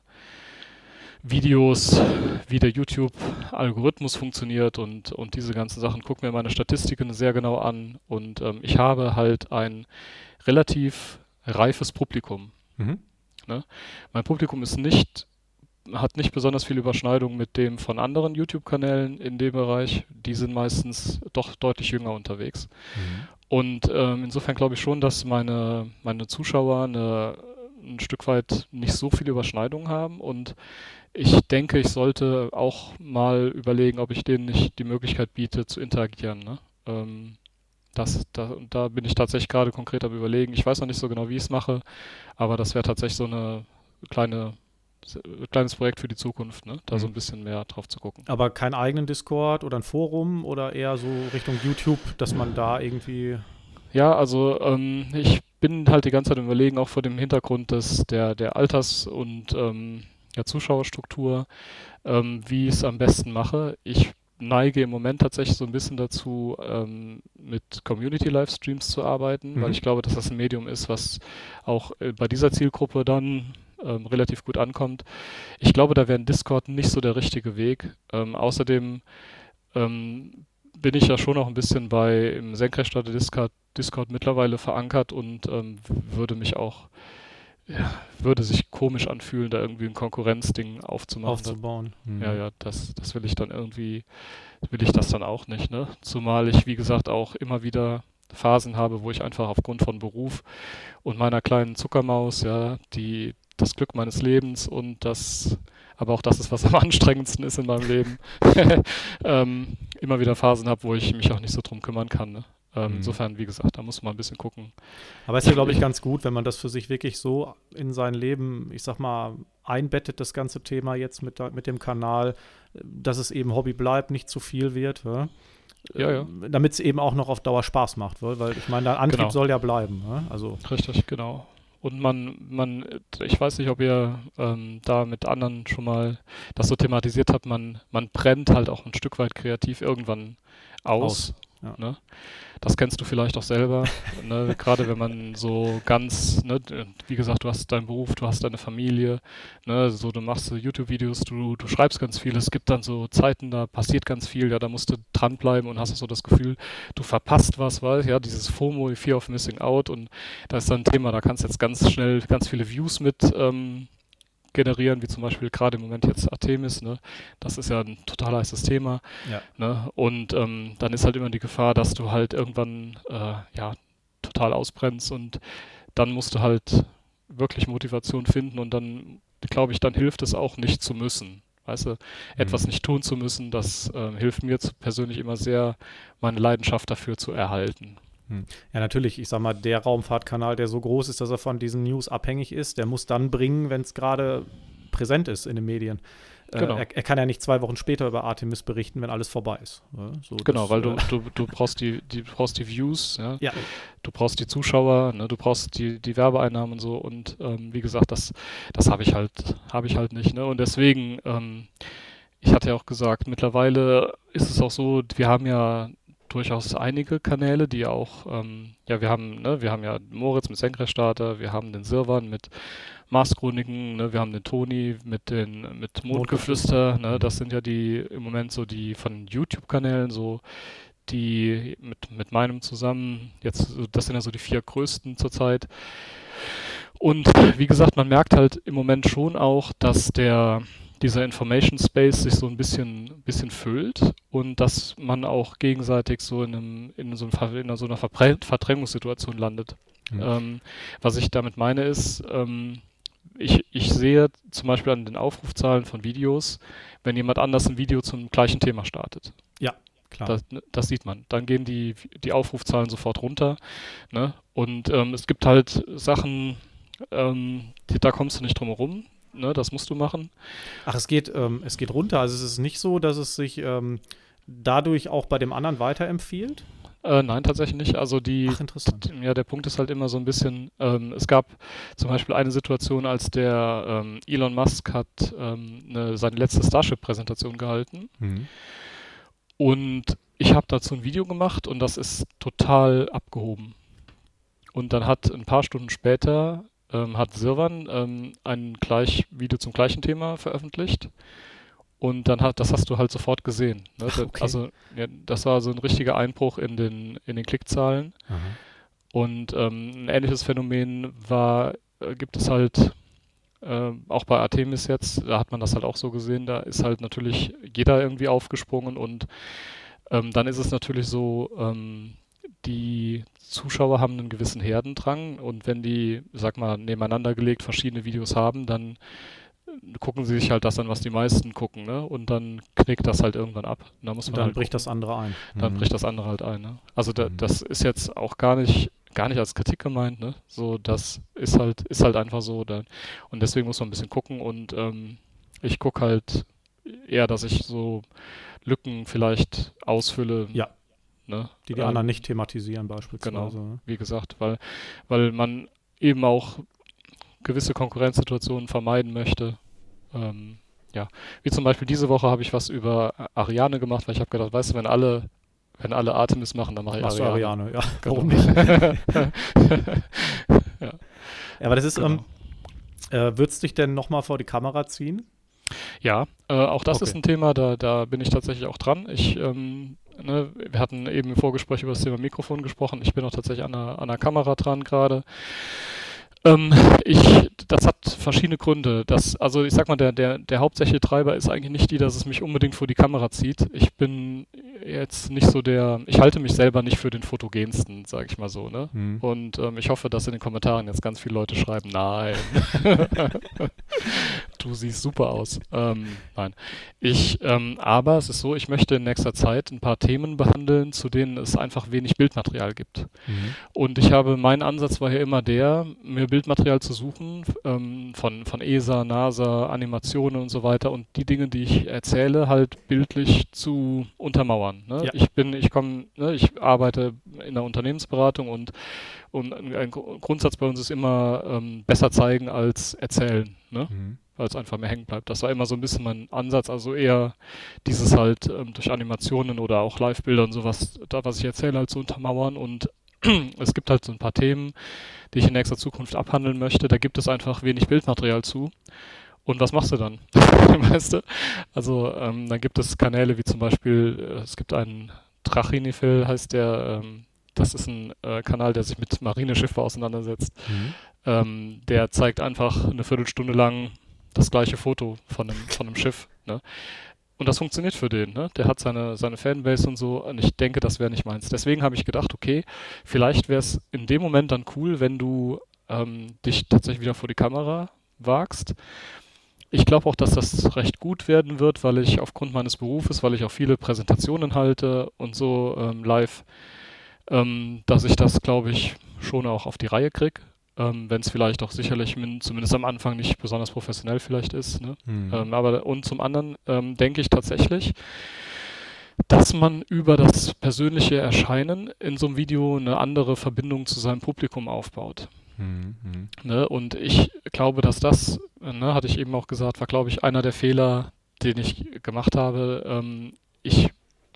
Videos, wie der YouTube-Algorithmus funktioniert und, und diese ganzen Sachen, gucke mir meine Statistiken sehr genau an und ähm, ich habe halt ein relativ reifes Publikum. Mhm. Ne? Mein Publikum ist nicht, hat nicht besonders viel Überschneidung mit dem von anderen YouTube-Kanälen in dem Bereich. Die sind meistens doch deutlich jünger unterwegs. Mhm. Und ähm, insofern glaube ich schon, dass meine, meine Zuschauer eine, ein Stück weit nicht so viele Überschneidungen haben und ich denke, ich sollte auch mal überlegen, ob ich denen nicht die Möglichkeit biete, zu interagieren. Ne? Ähm, das, da, da bin ich tatsächlich gerade konkret am Überlegen. Ich weiß noch nicht so genau, wie ich es mache, aber das wäre tatsächlich so eine kleine, kleines Projekt für die Zukunft, ne? Da Mhm. so ein bisschen mehr drauf zu gucken. Aber keinen eigenen Discord oder ein Forum oder eher so Richtung YouTube, dass man da irgendwie. Ja, also ähm, ich bin halt die ganze Zeit am Überlegen, auch vor dem Hintergrund des, der, der Alters- und ähm, der Zuschauerstruktur, ähm, wie ich es am besten mache. Ich neige im Moment tatsächlich so ein bisschen dazu, ähm, mit Community-Livestreams zu arbeiten, Mhm. weil ich glaube, dass das ein Medium ist, was auch äh, bei dieser Zielgruppe dann ähm, relativ gut ankommt. Ich glaube, da wäre ein Discord nicht so der richtige Weg. Ähm, außerdem ähm, bin ich ja schon noch ein bisschen bei im Senkrechtstarter Discord, Discord mittlerweile verankert und ähm, würde mich auch, ja, würde sich komisch anfühlen, da irgendwie ein Konkurrenzding aufzumachen. Aufzubauen. Mhm. Ja, ja, das, das will ich dann irgendwie, will ich das dann auch nicht, ne? Zumal ich, wie gesagt, auch immer wieder Phasen habe, wo ich einfach aufgrund von Beruf und meiner kleinen Zuckermaus, ja, die, das Glück meines Lebens und das, aber auch das ist, was am anstrengendsten ist in meinem Leben, ähm, immer wieder Phasen habe, wo ich mich auch nicht so drum kümmern kann, ne? Ähm, Mhm. Insofern, wie gesagt, da muss man ein bisschen gucken. Aber es ist ja, glaube ich, ganz gut, wenn man das für sich wirklich so in sein Leben, ich sag mal, einbettet, das ganze Thema jetzt mit, der- mit dem Kanal, dass es eben Hobby bleibt, nicht zu viel wird, ja? Ja, ja. Damit es eben auch noch auf Dauer Spaß macht, weil weil ich meine, der Antrieb Genau. soll ja bleiben. Ja? Also, Richtig, genau. Und man, man, ich weiß nicht, ob ihr ähm, da mit anderen schon mal das so thematisiert habt, man, man brennt halt auch ein Stück weit kreativ irgendwann aus. Aus, ja. Ne? Das kennst du vielleicht auch selber, ne? Gerade wenn man so ganz, ne, wie gesagt, du hast deinen Beruf, du hast deine Familie, ne, so du machst so YouTube-Videos, du, du schreibst ganz viel, es gibt dann so Zeiten, da passiert ganz viel, ja, da musst du dranbleiben und hast auch so das Gefühl, du verpasst was, weil, ja, dieses FOMO, Fear of Missing Out und da ist dann ein Thema, da kannst du jetzt ganz schnell ganz viele Views mit ähm, generieren, wie zum Beispiel gerade im Moment jetzt Artemis, ne? Das ist ja ein total heißes Thema. Ja. Ne? Und ähm, dann ist halt immer die Gefahr, dass du halt irgendwann äh, ja, total ausbrennst und dann musst du halt wirklich Motivation finden und dann, glaube ich, dann hilft es auch nicht zu müssen. Weißt du, etwas Mhm. nicht tun zu müssen, das äh, hilft mir zu, persönlich immer sehr, meine Leidenschaft dafür zu erhalten. Ja, natürlich. Ich sag mal, der Raumfahrtkanal, der so groß ist, dass er von diesen News abhängig ist, der muss dann bringen, wenn es gerade präsent ist in den Medien. Äh, Genau. er, er kann ja nicht zwei Wochen später über Artemis berichten, wenn alles vorbei ist. Ja, so Genau, das, weil du, äh, du, du brauchst die, die, du brauchst die Views, ja? Ja. Du brauchst die Zuschauer, ne? Du brauchst die, die Werbeeinnahmen und so und ähm, wie gesagt, das, das habe ich halt, habe ich halt nicht, ne? Und deswegen, ähm, ich hatte ja auch gesagt, mittlerweile ist es auch so, wir haben ja durchaus einige Kanäle, die auch, ähm, ja, wir haben, ne, wir haben ja Moritz mit Senkrechtstarter, wir haben den Sirwan mit Mars-Chroniken, ne, wir haben den Toni mit den mit Mondgeflüster, ne, das sind ja die im Moment so die von YouTube-Kanälen so die mit mit meinem zusammen jetzt, so, das sind ja so die vier größten zurzeit. Und wie gesagt, man merkt halt im Moment schon auch, dass der dieser Information Space sich so ein bisschen, bisschen füllt und dass man auch gegenseitig so in, einem, in, so, einem, in so einer Verprä- Verdrängungssituation landet. Mhm. Ähm, was ich damit meine ist, ähm, ich, ich sehe zum Beispiel an den Aufrufzahlen von Videos, wenn jemand anders ein Video zum gleichen Thema startet. Ja, klar. Das, das sieht man. Dann gehen die, die Aufrufzahlen sofort runter. Ne? Und ähm, es gibt halt Sachen, ähm, die, da kommst du nicht drum herum. Ne, das musst du machen. Ach, es geht, ähm, es geht runter. Also es ist nicht so, dass es sich ähm, dadurch auch bei dem anderen weiterempfiehlt? Äh, nein, tatsächlich nicht. Also die, Ach, interessant. Ja, der Punkt ist halt immer so ein bisschen, ähm, es gab zum Beispiel eine Situation, als der ähm, Elon Musk hat ähm, eine, seine letzte Starship-Präsentation gehalten. Mhm. Und ich habe dazu ein Video gemacht und das ist total abgehoben. Und dann hat ein paar Stunden später Ähm, hat Sirwan ähm, ein gleich Video zum gleichen Thema veröffentlicht und dann hat, das hast du halt sofort gesehen. Ne? Ach, okay. Also ja, das war so ein richtiger Einbruch in den in den Klickzahlen. Aha. Und ähm, ein ähnliches Phänomen war, äh, gibt es halt äh, auch bei Artemis jetzt, da hat man das halt auch so gesehen, da ist halt natürlich jeder irgendwie aufgesprungen und ähm, dann ist es natürlich so, ähm, die Zuschauer haben einen gewissen Herdendrang und wenn die, sag mal, nebeneinander gelegt verschiedene Videos haben, dann gucken sie sich halt das an, was die meisten gucken, ne? Und dann knickt das halt irgendwann ab. Und, da muss man und dann halt bricht gucken. das andere ein. Dann mhm. bricht das andere halt ein, ne? Also da, mhm. das ist jetzt auch gar nicht, gar nicht als Kritik gemeint, ne? So, das ist halt, ist halt einfach so. Da, und deswegen muss man ein bisschen gucken und ähm, ich gucke halt eher, dass ich so Lücken vielleicht ausfülle. Ja. Ne? Die die ähm, anderen nicht thematisieren beispielsweise. Genau, ne? Wie gesagt, weil, weil man eben auch gewisse Konkurrenzsituationen vermeiden möchte. Ähm, ja, wie zum Beispiel diese Woche habe ich was über Ariane gemacht, weil ich habe gedacht, weißt du, wenn alle, wenn alle Artemis machen, dann mache ich Machst Ariane. Du Ariane, ja. Genau. Warum nicht? ja. ja, aber das ist, genau. ähm, äh, würdest du dich denn nochmal vor die Kamera ziehen? Ja, äh, auch das okay. ist ein Thema, da, da bin ich tatsächlich auch dran. Ich, ähm, ne, wir hatten eben im Vorgespräch über das Thema Mikrofon gesprochen. Ich bin auch tatsächlich an der, an der Kamera dran gerade. Ähm, ich, das hat verschiedene Gründe. Das, also ich sag mal, der, der, der hauptsächliche Treiber ist eigentlich nicht die, dass es mich unbedingt vor die Kamera zieht. Ich bin jetzt nicht so der, ich halte mich selber nicht für den fotogensten, sage ich mal so, ne? Hm. Und ähm, ich hoffe, dass in den Kommentaren jetzt ganz viele Leute schreiben, nein, du siehst super aus. Ähm, nein. Ich, ähm, aber es ist so, ich möchte in nächster Zeit ein paar Themen behandeln, zu denen es einfach wenig Bildmaterial gibt. Mhm. Und ich habe, mein Ansatz war ja immer der, mir Bildmaterial zu suchen, ähm, von, von E S A, NASA, Animationen und so weiter und die Dinge, die ich erzähle, halt bildlich zu untermauern. Ne? Ja. Ich bin, ich komme, ne, ich arbeite in der Unternehmensberatung und, und ein Grundsatz bei uns ist immer ähm, besser zeigen als erzählen. Ne? Mhm. Weil es einfach mehr hängen bleibt. Das war immer so ein bisschen mein Ansatz, also eher dieses halt ähm, durch Animationen oder auch Live-Bilder und sowas, da was ich erzähle, halt zu untermauern und es gibt halt so ein paar Themen, die ich in nächster Zukunft abhandeln möchte, da gibt es einfach wenig Bildmaterial zu. Und was machst du dann? Weißt du? Also ähm, dann gibt es Kanäle wie zum Beispiel, äh, es gibt einen Drachinifil, heißt der, ähm, das ist ein äh, Kanal, der sich mit Marineschiffe auseinandersetzt. Mhm. Ähm, der zeigt einfach eine Viertelstunde lang das gleiche Foto von einem, von einem Schiff. Ne? Und das funktioniert für den. Ne? Der hat seine, seine Fanbase und so. Und ich denke, das wäre nicht meins. Deswegen habe ich gedacht, okay, vielleicht wäre es in dem Moment dann cool, wenn du ähm, dich tatsächlich wieder vor die Kamera wagst. Ich glaube auch, dass das recht gut werden wird, weil ich aufgrund meines Berufes, weil ich auch viele Präsentationen halte und so ähm, live, ähm, dass ich das, glaube ich, schon auch auf die Reihe kriege. Ähm, wenn es vielleicht auch sicherlich min, zumindest am Anfang nicht besonders professionell vielleicht ist. Ne? Mhm. Ähm, aber und zum anderen ähm, denke ich tatsächlich, dass man über das persönliche Erscheinen in so einem Video eine andere Verbindung zu seinem Publikum aufbaut. Mhm. Ne? Und ich glaube, dass das, ne, hatte ich eben auch gesagt, war, glaube ich, einer der Fehler, den ich gemacht habe. Ähm, ich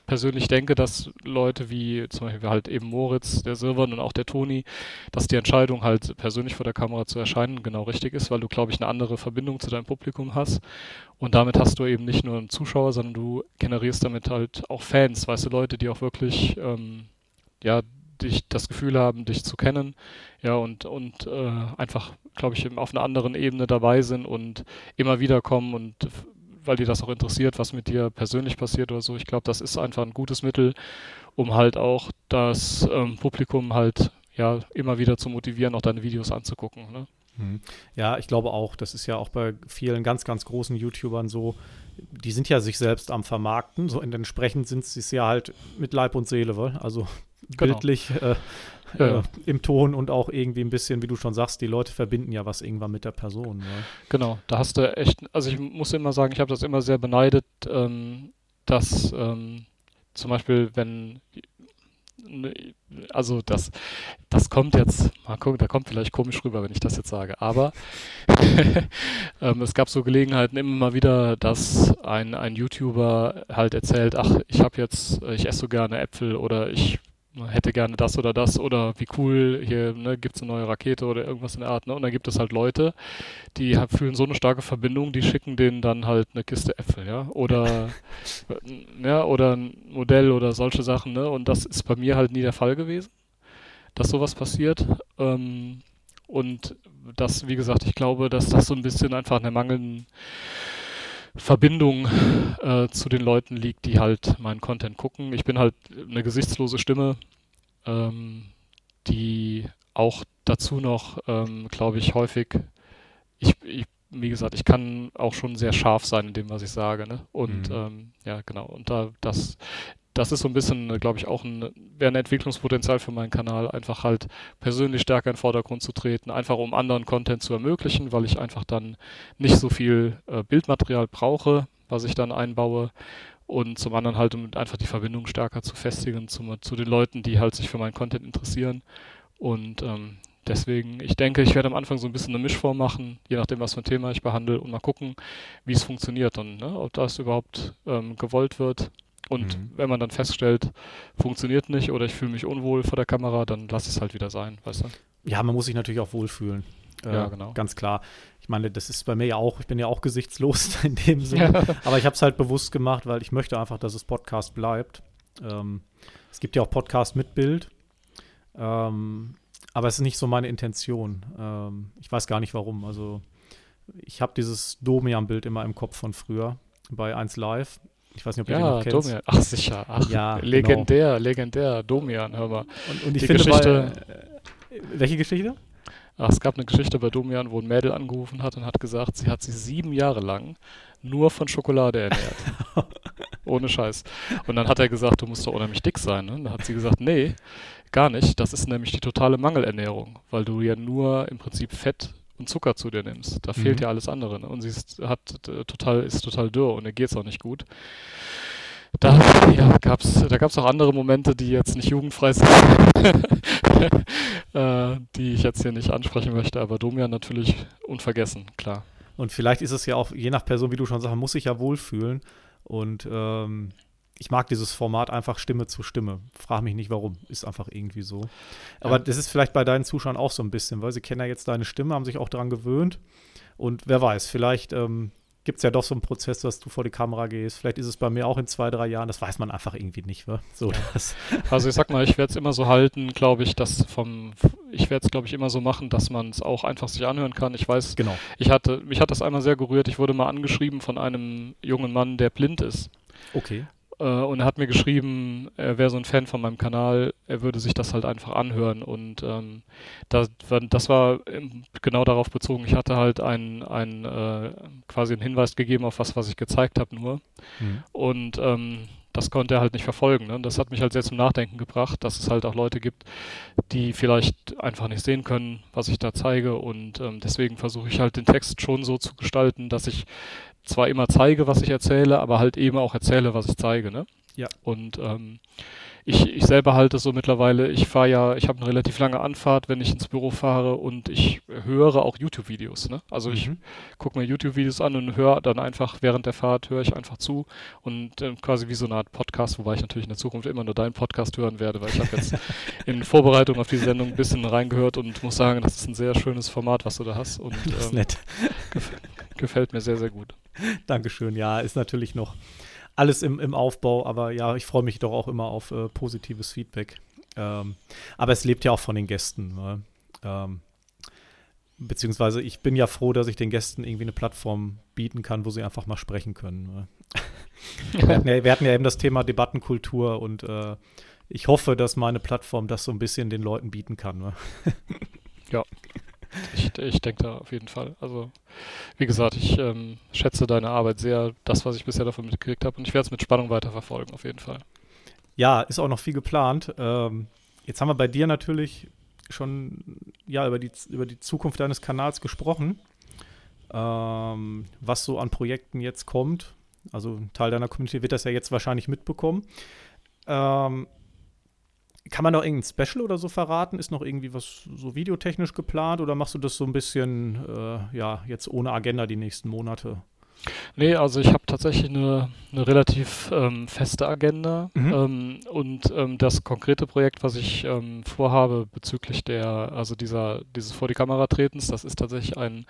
persönlich denke, dass Leute wie zum Beispiel halt eben Moritz, der Silvan und auch der Toni, dass die Entscheidung halt persönlich vor der Kamera zu erscheinen genau richtig ist, weil du, glaube ich, eine andere Verbindung zu deinem Publikum hast. Und damit hast du eben nicht nur einen Zuschauer, sondern du generierst damit halt auch Fans, weißt du, Leute, die auch wirklich, ähm, ja, dich das Gefühl haben, dich zu kennen, ja, und, und äh, einfach, glaube ich, eben auf einer anderen Ebene dabei sind und immer wieder kommen und weil die das auch interessiert, was mit dir persönlich passiert oder so. Ich glaube, das ist einfach ein gutes Mittel, um halt auch das ähm, Publikum halt ja immer wieder zu motivieren, auch deine Videos anzugucken. Ne? Mhm. Ja, ich glaube auch, das ist ja auch bei vielen ganz, ganz großen YouTubern so, die sind ja sich selbst am Vermarkten, so entsprechend sind sie es ja halt mit Leib und Seele, weil? Also Genau. bildlich äh, Ja, ja. äh, im Ton und auch irgendwie ein bisschen, wie du schon sagst, die Leute verbinden ja was irgendwann mit der Person. Ne? Genau, da hast du echt, also ich muss immer sagen, ich habe das immer sehr beneidet, ähm, dass ähm, zum Beispiel, wenn, also das, das kommt jetzt, mal gucken, da kommt vielleicht komisch rüber, wenn ich das jetzt sage, aber ähm, es gab so Gelegenheiten immer mal wieder, dass ein, ein YouTuber halt erzählt, ach, ich habe jetzt, ich esse so gerne Äpfel oder ich hätte gerne das oder das oder wie cool, hier ne, gibt es eine neue Rakete oder irgendwas in der Art. Ne? Und dann gibt es halt Leute, die hab, fühlen so eine starke Verbindung, die schicken denen dann halt eine Kiste Äpfel, ja, oder ja, oder ein Modell oder solche Sachen, ne? Und das ist bei mir halt nie der Fall gewesen, dass sowas passiert. Ähm, und das, wie gesagt, ich glaube, dass das so ein bisschen einfach eine mangelnden Verbindung äh, zu den Leuten liegt, die halt meinen Content gucken. Ich bin halt eine gesichtslose Stimme, ähm, die auch dazu noch, ähm, glaube ich, häufig, ich, ich, wie gesagt, ich kann auch schon sehr scharf sein in dem, was ich sage, ne? Und Mhm. ähm, ja, genau. Und da das das ist so ein bisschen, glaube ich, auch ein, wäre ein Entwicklungspotenzial für meinen Kanal, einfach halt persönlich stärker in den Vordergrund zu treten, einfach um anderen Content zu ermöglichen, weil ich einfach dann nicht so viel äh, Bildmaterial brauche, was ich dann einbaue und zum anderen halt, um einfach die Verbindung stärker zu festigen zum, zu den Leuten, die halt sich für meinen Content interessieren und ähm, deswegen, ich denke, ich werde am Anfang so ein bisschen eine Mischform machen, je nachdem, was für ein Thema ich behandle und mal gucken, wie es funktioniert und ne, ob das überhaupt ähm, gewollt wird. Und Mhm. wenn man dann feststellt, funktioniert nicht oder ich fühle mich unwohl vor der Kamera, dann lass es halt wieder sein, weißt du? Ja, man muss sich natürlich auch wohlfühlen. Äh, Ja, genau. Ganz klar. Ich meine, das ist bei mir ja auch, ich bin ja auch gesichtslos in dem Sinne. Ja. Aber ich habe es halt bewusst gemacht, weil ich möchte einfach, dass es Podcast bleibt. Ähm, es gibt ja auch Podcast mit Bild. Ähm, aber es ist nicht so meine Intention. Ähm, ich weiß gar nicht warum. Also ich habe dieses Domian-Bild immer im Kopf von früher bei eins Live. Ich weiß nicht, ob du den Ja, noch kennst. Domian. Ach, sicher. Ach, Ja, genau. legendär, legendär. Domian, hör mal. Und, und ich Die finde, Geschichte- bei, äh, welche Geschichte? Ach, es gab eine Geschichte bei Domian, wo ein Mädel angerufen hat und hat gesagt, sie hat sich sieben Jahre lang nur von Schokolade ernährt. Ohne Scheiß. Und dann hat er gesagt, du musst doch unheimlich dick sein. Ne? Und dann hat sie gesagt, nee, gar nicht. Das ist nämlich die totale Mangelernährung, weil du ja nur im Prinzip Fett und Zucker zu dir nimmst. Da fehlt Mhm. ja alles andere. Ne? Und sie ist, hat, äh, total, ist total dürr und ihr geht's auch nicht gut. Da, ja, gab's, da gab es auch andere Momente, die jetzt nicht jugendfrei sind, äh, die ich jetzt hier nicht ansprechen möchte, aber Domian natürlich unvergessen, klar. Und vielleicht ist es ja auch, je nach Person, wie du schon sagst, man muss sich ja wohlfühlen. Und ähm, ich mag dieses Format einfach Stimme zu Stimme. Frag mich nicht, warum. Ist einfach irgendwie so. Aber Ja. das ist vielleicht bei deinen Zuschauern auch so ein bisschen, weil sie kennen ja jetzt deine Stimme, haben sich auch daran gewöhnt. Und wer weiß, vielleicht ähm, gibt es ja doch so einen Prozess, dass du vor die Kamera gehst. Vielleicht ist es bei mir auch in zwei, drei Jahren. Das weiß man einfach irgendwie nicht. Wa? So, das, Also ich sag mal, ich werde es immer so halten, glaube ich, dass vom, ich werde es, glaube ich, immer so machen, dass man es auch einfach sich anhören kann. Ich weiß, genau. ich hatte, mich hat das einmal sehr gerührt. Ich wurde mal angeschrieben von einem jungen Mann, der blind ist. Okay. Äh, und er hat mir geschrieben, er wäre so ein Fan von meinem Kanal, er würde sich das halt einfach anhören. Und ähm, das, war- das war ähm, genau darauf bezogen. Ich hatte halt einen, einen, äh, quasi einen Hinweis gegeben auf was, was ich gezeigt habe nur. Mhm. Und ähm, das konnte er halt nicht verfolgen. Ne? Und das hat mich halt sehr zum Nachdenken gebracht, dass es halt auch Leute gibt, die vielleicht einfach nicht sehen können, was ich da zeige. Und ähm, deswegen versuche ich halt den Text schon so zu gestalten, dass ich zwar immer zeige, was ich erzähle, aber halt eben auch erzähle, was ich zeige. Ne? Ja. Und ähm, ich, ich selber halte es so mittlerweile, ich fahre ja, ich habe eine relativ lange Anfahrt, wenn ich ins Büro fahre und ich höre auch YouTube-Videos, ne? Also ich Mhm. gucke mir YouTube-Videos an und höre dann einfach während der Fahrt, höre ich einfach zu und äh, quasi wie so eine Art Podcast, wobei ich natürlich in der Zukunft immer nur deinen Podcast hören werde, weil ich habe jetzt in Vorbereitung auf die Sendung ein bisschen reingehört und muss sagen, das ist ein sehr schönes Format, was du da hast und Das ist ähm, nett. gef gefällt mir sehr, sehr gut. Dankeschön. Ja, ist natürlich noch alles im, im Aufbau, aber ja, ich freue mich doch auch immer auf äh, positives Feedback. Ähm, aber es lebt ja auch von den Gästen. Ne? Ähm, beziehungsweise ich bin ja froh, dass ich den Gästen irgendwie eine Plattform bieten kann, wo sie einfach mal sprechen können. Ne? Wir hatten, ja, wir hatten ja eben das Thema Debattenkultur und äh, ich hoffe, dass meine Plattform das so ein bisschen den Leuten bieten kann. Ne? Ja, ich, ich denke da auf jeden Fall. Also, wie gesagt, ich ähm, schätze deine Arbeit sehr, das, was ich bisher davon mitgekriegt habe und ich werde es mit Spannung weiterverfolgen, auf jeden Fall. Ja, ist auch noch viel geplant. Ähm, jetzt haben wir bei dir natürlich schon ja, über, die, über die Zukunft deines Kanals gesprochen, ähm, was so an Projekten jetzt kommt. Also ein Teil deiner Community wird das ja jetzt wahrscheinlich mitbekommen. Ähm, kann man noch irgendein Special oder so verraten? Ist noch irgendwie was so videotechnisch geplant oder machst du das so ein bisschen, äh, ja, jetzt ohne Agenda die nächsten Monate? Nee, also ich habe tatsächlich eine, eine relativ ähm, feste Agenda Mhm. ähm, und ähm, das konkrete Projekt, was ich ähm, vorhabe bezüglich der, also dieser, dieses vor die Kamera tretens, das ist tatsächlich ein,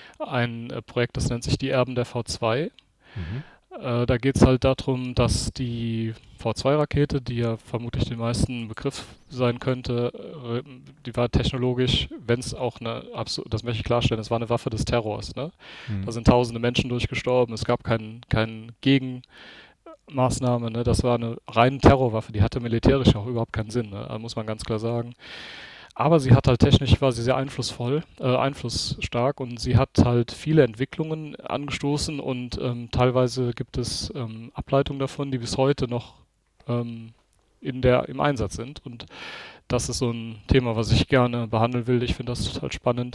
ein äh, Projekt, das nennt sich die Erben der V zwei. Mhm. Äh, da geht es halt darum, dass die V zwei Rakete, die ja vermutlich den meisten Begriff sein könnte, äh, die war technologisch, wenn es auch eine, absolut, das möchte ich klarstellen, es war eine Waffe des Terrors. Ne? Da Mhm. sind tausende Menschen durchgestorben, es gab keinen kein Gegenmaßnahme, ne? Das war eine reine Terrorwaffe, die hatte militärisch auch überhaupt keinen Sinn, ne? Also muss man ganz klar sagen. Aber sie hat halt technisch, war sie sehr einflussvoll, äh, einflussstark und sie hat halt viele Entwicklungen angestoßen und ähm, teilweise gibt es ähm, Ableitungen davon, die bis heute noch ähm, in der, im Einsatz sind. Und das ist so ein Thema, was ich gerne behandeln will. Ich finde das total spannend.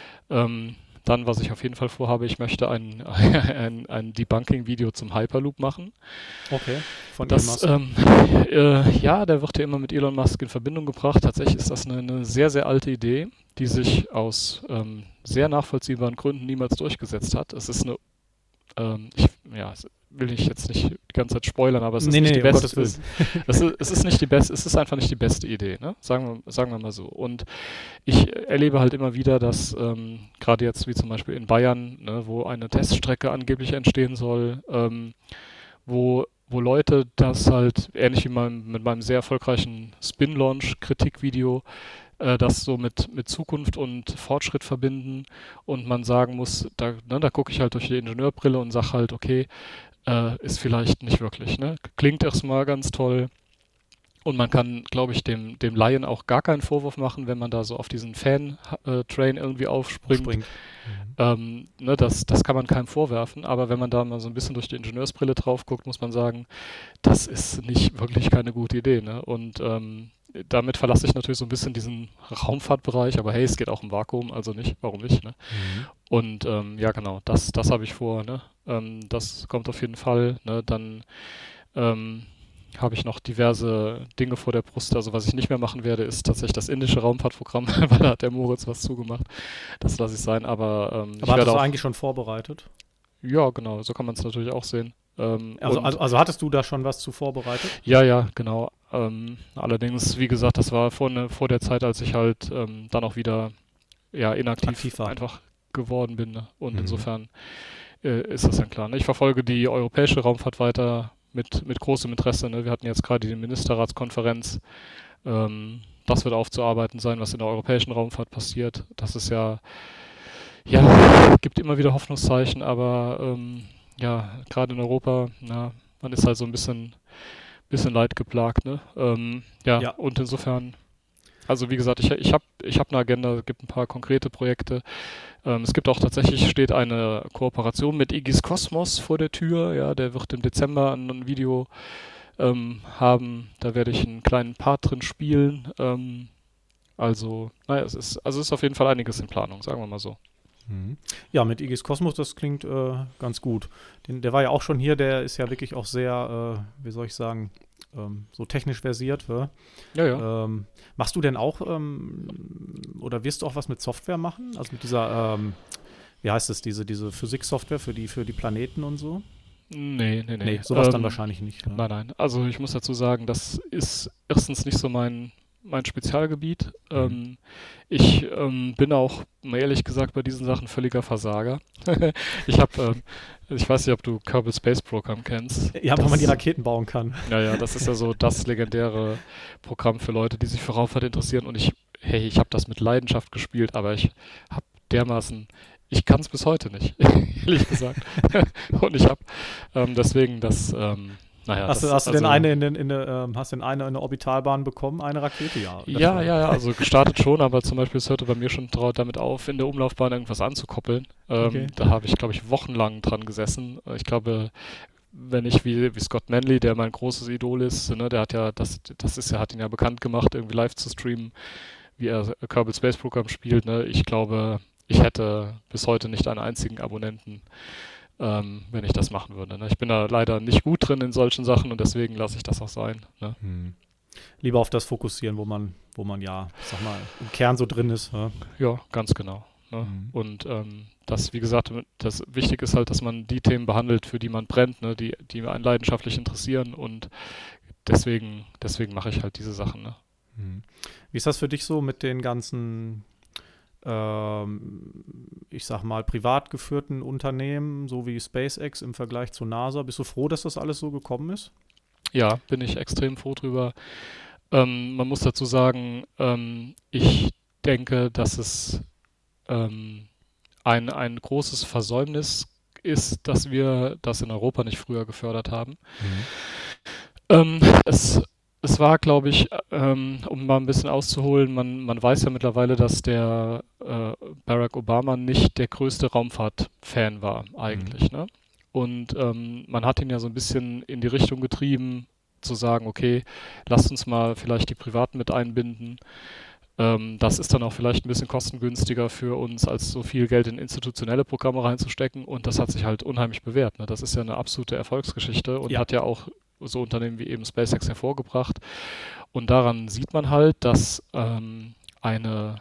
Ähm, dann, was ich auf jeden Fall vorhabe, ich möchte ein, ein, ein Debunking-Video zum Hyperloop machen. Okay, von Elon Das, Musk. ähm, äh, ja, der wird ja immer mit Elon Musk in Verbindung gebracht. Tatsächlich ist das eine, eine sehr, sehr alte Idee, die sich aus ähm, sehr nachvollziehbaren Gründen niemals durchgesetzt hat. Es ist eine, ähm, ich, ja, will ich jetzt nicht die ganze Zeit spoilern, aber es ist Nee, nicht nee, die um Gottes beste, Willen. es, es, ist, es ist nicht die beste, es ist einfach nicht die beste Idee, ne? Sagen wir, sagen wir mal so. Und ich erlebe halt immer wieder, dass ähm, gerade jetzt wie zum Beispiel in Bayern, ne, wo eine Teststrecke angeblich entstehen soll, ähm, wo, wo Leute das halt, ähnlich wie mein, mit meinem sehr erfolgreichen Spin-Launch-Kritikvideo, äh, das so mit, mit Zukunft und Fortschritt verbinden und man sagen muss, da, ne, da gucke ich halt durch die Ingenieurbrille und sage halt, okay, äh, ist vielleicht nicht wirklich, ne? Klingt erstmal ganz toll. Und man kann, glaube ich, dem, dem Laien auch gar keinen Vorwurf machen, wenn man da so auf diesen Fan-Train irgendwie aufspringt. Springt. Mhm. Ähm, ne, das, das kann man keinem vorwerfen, aber wenn man da mal so ein bisschen durch die Ingenieursbrille drauf guckt, muss man sagen, das ist nicht wirklich keine gute Idee. Ne? Und ähm, damit verlasse ich natürlich so ein bisschen diesen Raumfahrtbereich, aber hey, es geht auch im Vakuum, also nicht, warum nicht? Ne? Mhm. Und ähm, ja, genau, das, das habe ich vor. Ne? Ähm, das kommt auf jeden Fall. Ne? Dann ähm, habe ich noch diverse Dinge vor der Brust. Also was ich nicht mehr machen werde, ist tatsächlich das indische Raumfahrtprogramm, weil da hat der Moritz was zugemacht. Das lasse ich sein, aber ähm, ich Aber hattest werde du auch, eigentlich schon vorbereitet? ja genau, so kann man es natürlich auch sehen. Ähm, Also, und also, also hattest du da schon was zu vorbereitet? ja, ja, genau. Ähm, allerdings, wie gesagt, das war vor, ne, vor der Zeit, als ich halt ähm, dann auch wieder ja, inaktiv Aktiv war. einfach geworden bin. Ne? Und Mhm. insofern äh, ist das dann klar. Ne? Ich verfolge die europäische Raumfahrt weiter mit, mit großem Interesse. Ne? Wir hatten jetzt gerade die Ministerratskonferenz. Ähm, das wird aufzuarbeiten sein, was in der europäischen Raumfahrt passiert. Das ist ja, ja, gibt immer wieder Hoffnungszeichen, aber ähm, ja, gerade in Europa, na, man ist halt so ein bisschen, bisschen leidgeplagt. Ne? Ähm, ja, Ja. und insofern, also wie gesagt, ich, ich habe ich hab eine Agenda, es gibt ein paar konkrete Projekte. Ähm, es gibt auch tatsächlich, steht eine Kooperation mit Igis Kosmos vor der Tür. Ja, der wird im Dezember ein, ein Video ähm, haben. Da werde ich einen kleinen Part drin spielen. Ähm, also, naja, es ist, also es ist auf jeden Fall einiges in Planung, sagen wir mal so. Mhm. Ja, mit Igis Kosmos, das klingt äh, ganz gut. Den, der war ja auch schon hier, der ist ja wirklich auch sehr, äh, wie soll ich sagen, ähm, so technisch versiert. Ja? Ja, ja. Ähm, machst du denn auch, ähm, oder wirst du auch was mit Software machen? Also mit dieser, ähm, wie heißt es, diese, diese Physiksoftware für die, für die Planeten und so? Nee, nee, Nee, nee. sowas dann Ähm, wahrscheinlich nicht. Ne? nein, nein. Also ich muss dazu sagen, das ist erstens nicht so mein, mein Spezialgebiet. Mhm. Ähm, ich ähm, bin auch, mal ehrlich gesagt, bei diesen Sachen völliger Versager. Ich habe, ähm, ich weiß nicht, ob du Kerbal Space Program kennst. Ja, weil man die Das, Raketen bauen kann. naja, das ist ja so das legendäre Programm für Leute, die sich für Raumfahrt interessieren. Und ich, hey, ich habe das mit Leidenschaft gespielt, aber ich habe dermaßen, ich kann es bis heute nicht, ehrlich gesagt. Und ich habe ähm, deswegen das, ähm, naja, Hast du, das, hast du denn also, eine in, den- in, der, ähm, hast du denn eine in der Orbitalbahn bekommen? Eine Rakete? Ja, das ja, schon. ja, ja, also gestartet schon, aber zum Beispiel, es hörte bei mir schon trau- damit auf, in der Umlaufbahn irgendwas anzukoppeln. Ähm, Okay. da habe ich, glaube ich, wochenlang dran gesessen. Äh, Ich glaube, wenn ich wie, wie Scott Manley, der mein großes Idol ist, ne, der hat ja, das, das ist ja, hat ihn ja bekannt gemacht, irgendwie live zu streamen, wie er Kerbal Space Program spielt, ne? Ich glaube, ich hätte bis heute nicht einen einzigen Abonnenten, ähm, wenn ich das machen würde. Ne? Ich bin da leider nicht gut drin in solchen Sachen und deswegen lasse ich das auch sein. Ne? Hm. Lieber auf das fokussieren, wo man, wo man ja, ich sag mal, im Kern so drin ist. Ja. Ja, ganz genau. Ne? Hm. Und ähm, das, wie gesagt, das wichtig ist halt, dass man die Themen behandelt, für die man brennt, ne? die, die einen leidenschaftlich interessieren und deswegen, deswegen mache ich halt diese Sachen. Ne? Hm. Wie ist das für dich so mit den ganzen, ähm, ich sag mal, privat geführten Unternehmen, so wie SpaceX im Vergleich zu NASA? Bist du froh, dass das alles so gekommen ist? Ja, bin ich extrem froh drüber. Ähm, man muss dazu sagen, ähm, ich denke, dass es ähm, ein, ein großes Versäumnis ist, dass wir das in Europa nicht früher gefördert haben. Mhm. Ähm, es, es war, glaube ich, ähm, um mal ein bisschen auszuholen, man, man weiß ja mittlerweile, dass der äh, Barack Obama nicht der größte Raumfahrt-Fan war Mhm. eigentlich, ne? Und ähm, man hat ihn ja so ein bisschen in die Richtung getrieben, zu sagen, okay, lasst uns mal vielleicht die Privaten mit einbinden. Ähm, das ist dann auch vielleicht ein bisschen kostengünstiger für uns, als so viel Geld in institutionelle Programme reinzustecken. Und das hat sich halt unheimlich bewährt. Ne? Das ist ja eine absolute Erfolgsgeschichte und Ja. hat ja auch so Unternehmen wie eben SpaceX hervorgebracht. Und daran sieht man halt, dass ähm, eine,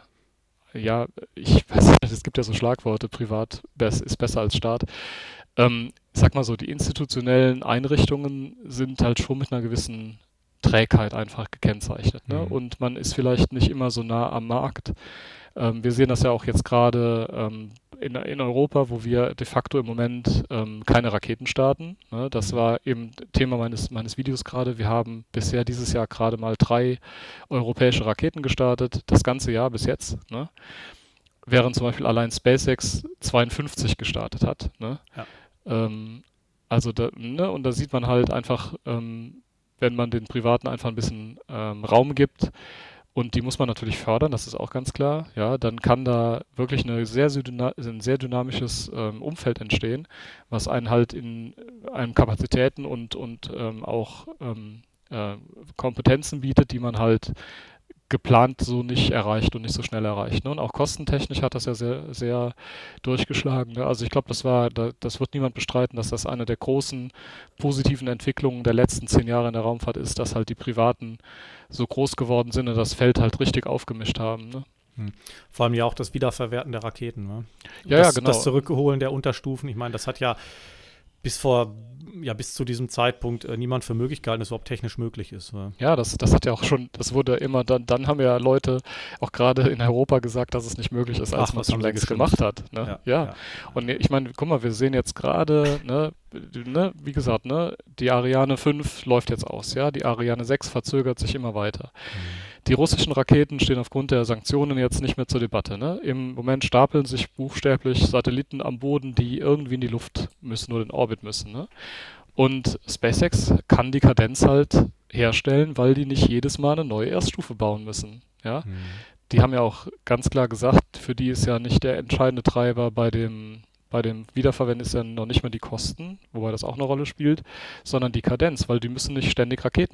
ja, ich weiß nicht, es gibt ja so Schlagworte, privat bes- ist besser als Staat. Ähm, ich sag mal so, die institutionellen Einrichtungen sind halt schon mit einer gewissen Trägheit einfach gekennzeichnet. Ne? Mhm. Und man ist vielleicht nicht immer so nah am Markt. Ähm, wir sehen das ja auch jetzt gerade ähm, in, in Europa, wo wir de facto im Moment ähm, keine Raketen starten. Ne? Das Mhm. war eben Thema meines, meines Videos gerade. Wir haben bisher dieses Jahr gerade mal drei europäische Raketen gestartet, das ganze Jahr bis jetzt. Ne? Während zum Beispiel allein SpaceX zweiundfünfzig gestartet hat. Ne? Ja. Ähm, also da, ne, und da sieht man halt einfach, ähm, wenn man den Privaten einfach ein bisschen ähm, Raum gibt, und die muss man natürlich fördern, das ist auch ganz klar, ja, dann kann da wirklich eine sehr, sehr dyna- ein sehr dynamisches ähm, Umfeld entstehen, was einen halt in einem Kapazitäten und, und ähm, auch ähm, äh, Kompetenzen bietet, die man halt geplant so nicht erreicht und nicht so schnell erreicht. Ne? Und auch kostentechnisch hat das ja sehr, sehr durchgeschlagen. Ne? Also ich glaube, das war, da, das wird niemand bestreiten, dass das eine der großen positiven Entwicklungen der letzten zehn Jahre in der Raumfahrt ist, dass halt die Privaten so groß geworden sind und das Feld halt richtig aufgemischt haben. Ne? Mhm. Vor allem ja auch das Wiederverwerten der Raketen. Ne? Ja, ja, Das, das genau. Zurückholen der Unterstufen. Ich meine, das hat ja bis vor, ja, bis zu diesem Zeitpunkt äh, niemand für möglich gehalten, dass es überhaupt technisch möglich ist. Ja. Ja, das, das hat ja auch schon, das wurde immer, dann, dann haben ja Leute auch gerade in Europa gesagt, dass es nicht möglich ist, als Ach, man es was schon haben sie längst gemacht geschimpft. hat. Ne? Ja, Ja. ja. Und ich meine, guck mal, wir sehen jetzt gerade, ne, ne, wie gesagt, ne, die Ariane fünf läuft jetzt aus, ja, die Ariane sechs verzögert sich immer weiter. Mhm. Die russischen Raketen stehen aufgrund der Sanktionen jetzt nicht mehr zur Debatte. Ne? Im Moment stapeln sich buchstäblich Satelliten am Boden, die irgendwie in die Luft müssen oder in Orbit müssen. Ne? Und SpaceX kann die Kadenz halt herstellen, weil die nicht jedes Mal eine neue Erststufe bauen müssen. Ja? Mhm. Die haben ja auch ganz klar gesagt, für die ist ja nicht der entscheidende Treiber bei dem, bei dem Wiederverwenden ist ja noch nicht mal die Kosten, wobei das auch eine Rolle spielt, sondern die Kadenz, weil die müssen nicht ständig Raketen bauen.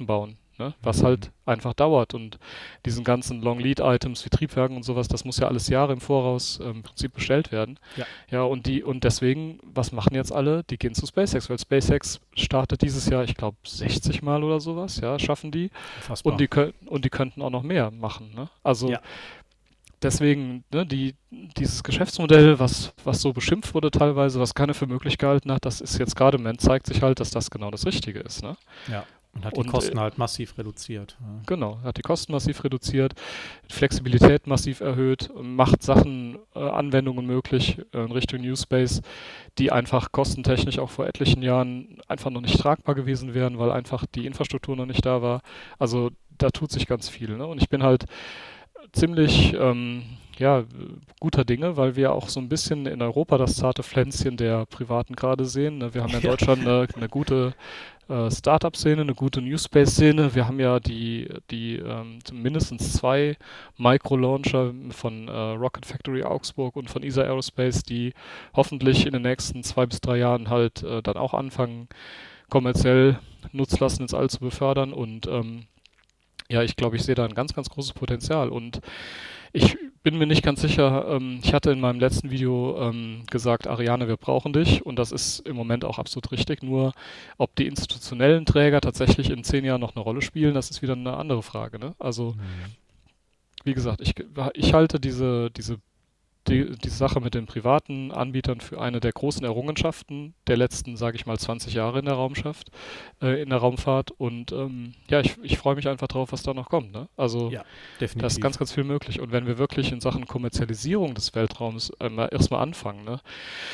ne? Was Mhm. halt einfach dauert. Und diesen ganzen Long-Lead-Items wie Triebwerken und sowas, das muss ja alles Jahre im Voraus ähm, im Prinzip bestellt werden. Ja, Ja, und die, und deswegen, was machen jetzt alle? Die gehen zu SpaceX, weil SpaceX startet dieses Jahr, ich glaube, sechzig Mal oder sowas, ja, schaffen die. Und unfassbar. die können, und die könnten auch noch mehr machen, ne? Also Ja, deswegen, ne, die, dieses Geschäftsmodell, was, was so beschimpft wurde teilweise, was keiner für möglich gehalten hat, das ist jetzt gerade im Moment, zeigt sich halt, dass das genau das Richtige ist, ne? ja. Und hat die Und äh, Kosten halt massiv reduziert. Ja. genau, hat die Kosten massiv reduziert, Flexibilität massiv erhöht, macht Sachen, äh, Anwendungen möglich äh, in Richtung New Space, die einfach kostentechnisch auch vor etlichen Jahren einfach noch nicht tragbar gewesen wären, weil einfach die Infrastruktur noch nicht da war. Also da tut sich ganz viel, ne? Und ich bin halt ziemlich ähm, ja, guter Dinge, weil wir auch so ein bisschen in Europa das zarte Pflänzchen der Privaten gerade sehen. Ne? Wir haben ja in Ja. Deutschland eine, eine gute äh, Startup-Szene, eine gute New Space-Szene. Wir haben ja die, die ähm, mindestens zwei Micro-Launcher von äh, Rocket Factory Augsburg und von E S A Aerospace, die hoffentlich in den nächsten zwei bis drei Jahren halt äh, dann auch anfangen, kommerziell Nutzlasten ins All zu befördern. Und ähm, ja, ich glaube, ich sehe da ein ganz, ganz großes Potenzial. Und ich bin mir nicht ganz sicher, ähm, ich hatte in meinem letzten Video ähm, gesagt, Ariane, wir brauchen dich. Und das ist im Moment auch absolut richtig. Nur, ob die institutionellen Träger tatsächlich in zehn Jahren noch eine Rolle spielen, das ist wieder eine andere Frage. Ne? Also, Mhm. wie gesagt, ich, ich halte diese, diese die, die Sache mit den privaten Anbietern für eine der großen Errungenschaften der letzten, sage ich mal, zwanzig Jahre in der Raumschaft, äh, in der Raumfahrt. Und ähm, ja, ich, ich freue mich einfach drauf, was da noch kommt. Ne? Also Ja, da ist ganz, definitiv. ganz viel möglich. Und wenn wir wirklich in Sachen Kommerzialisierung des Weltraums einmal erstmal anfangen, ne,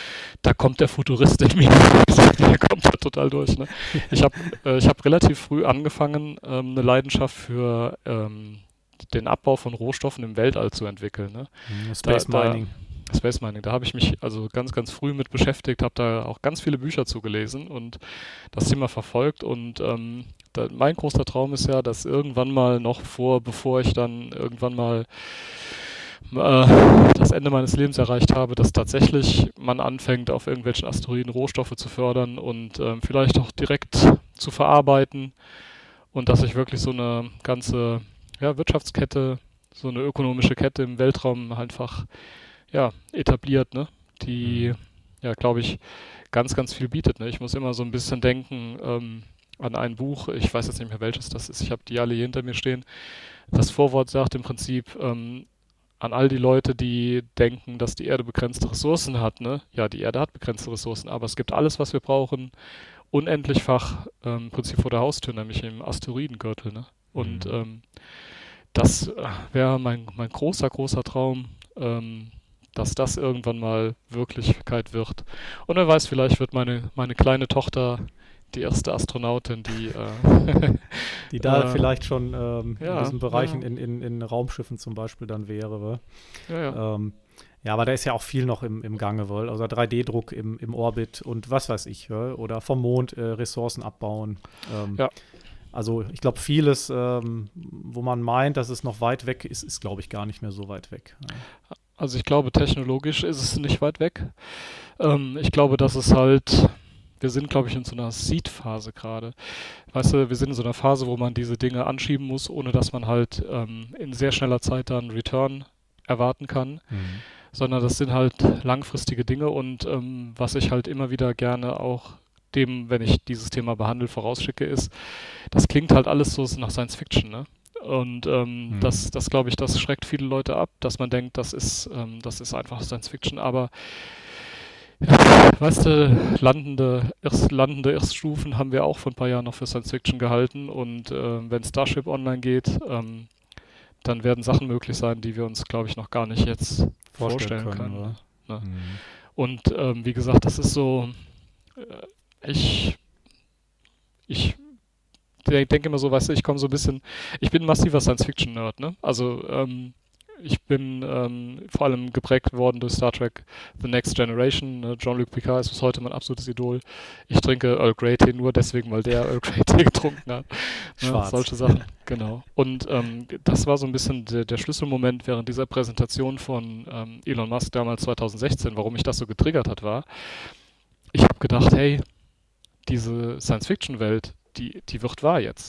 da kommt der Futurist in mir, der kommt da total durch. Ne? Ich habe äh, ich hab relativ früh angefangen, ähm, eine Leidenschaft für ähm, den Abbau von Rohstoffen im Weltall zu entwickeln. Ne? Mhm. Da, Space da, Mining. Space Mining, da habe ich mich also ganz, ganz früh mit beschäftigt, habe da auch ganz viele Bücher zugelesen und das Thema verfolgt. Und ähm, da, mein großer Traum ist ja, dass irgendwann mal noch vor, bevor ich dann irgendwann mal äh, das Ende meines Lebens erreicht habe, dass tatsächlich man anfängt, auf irgendwelchen Asteroiden Rohstoffe zu fördern und ähm, vielleicht auch direkt zu verarbeiten und dass ich wirklich so eine ganze ja, Wirtschaftskette, so eine ökonomische Kette im Weltraum einfach ja, etabliert, ne? Die, Mhm. ja, glaube ich, ganz, ganz viel bietet. Ne? Ich muss immer so ein bisschen denken ähm, an ein Buch, ich weiß jetzt nicht mehr welches das ist, ich habe die alle hier hinter mir stehen. Das Vorwort sagt im Prinzip ähm, an all die Leute, die denken, dass die Erde begrenzte Ressourcen hat, ne? Ja, die Erde hat begrenzte Ressourcen, aber es gibt alles, was wir brauchen, unendlichfach ähm, im Prinzip vor der Haustür, nämlich im Asteroidengürtel, ne? Und Mhm. ähm, das äh, wäre mein, mein großer, großer Traum, ähm, dass das irgendwann mal Wirklichkeit wird. Und wer weiß, vielleicht wird meine, meine kleine Tochter die erste Astronautin, die äh, Die da äh, vielleicht schon ähm, in ja, diesen Bereichen ja, in, in, in Raumschiffen zum Beispiel dann wäre. wa? ja, ja, Ähm, ja, aber da ist ja auch viel noch im, im Gange, wohl. Also drei D-Druck im, im Orbit und was weiß ich, wa? Oder vom Mond äh, Ressourcen abbauen. Ähm, ja. also ich glaube, vieles, ähm, wo man meint, dass es noch weit weg ist, ist, glaube ich, gar nicht mehr so weit weg. Ja. Also ich glaube, technologisch ist es nicht weit weg. Ähm, ich glaube, dass es halt, wir sind, glaube ich, in so einer Seed-Phase gerade. Weißt du, wir sind in so einer Phase, wo man diese Dinge anschieben muss, ohne dass man halt ähm, in sehr schneller Zeit dann Return erwarten kann, Mhm. sondern das sind halt langfristige Dinge und ähm, was ich halt immer wieder gerne auch dem, wenn ich dieses Thema behandle, vorausschicke, ist, das klingt halt alles so nach Science Fiction, ne? Und ähm, Mhm. das, das glaube ich, das schreckt viele Leute ab, dass man denkt, das ist, ähm, das ist einfach Science Fiction, aber weißt du, landende, Irrs, landende Irrstufen haben wir auch vor ein paar Jahren noch für Science Fiction gehalten und äh, wenn Starship online geht, ähm, dann werden Sachen möglich sein, die wir uns, glaube ich, noch gar nicht jetzt Vorstellen vorstellen können, können. oder? Ne? Mhm. Und ähm, wie gesagt, das ist so, äh, ich, ich de- denke immer so, weißt du, ich komme so ein bisschen, ich bin ein massiver Science-Fiction-Nerd, ne? Also ähm, ich bin ähm, vor allem geprägt worden durch Star Trek The Next Generation. Ne? Jean-Luc Picard ist bis heute mein absolutes Idol. Ich trinke Earl Grey Tee nur deswegen, weil der Earl Grey Tee getrunken hat. Ne? Schwarz. Solche Sachen, genau. Und ähm, das war so ein bisschen der, der Schlüsselmoment während dieser Präsentation von ähm, Elon Musk damals zwanzig sechzehn, warum mich das so getriggert hat, war, ich habe gedacht, hey, diese Science-Fiction-Welt, die, die wird wahr jetzt.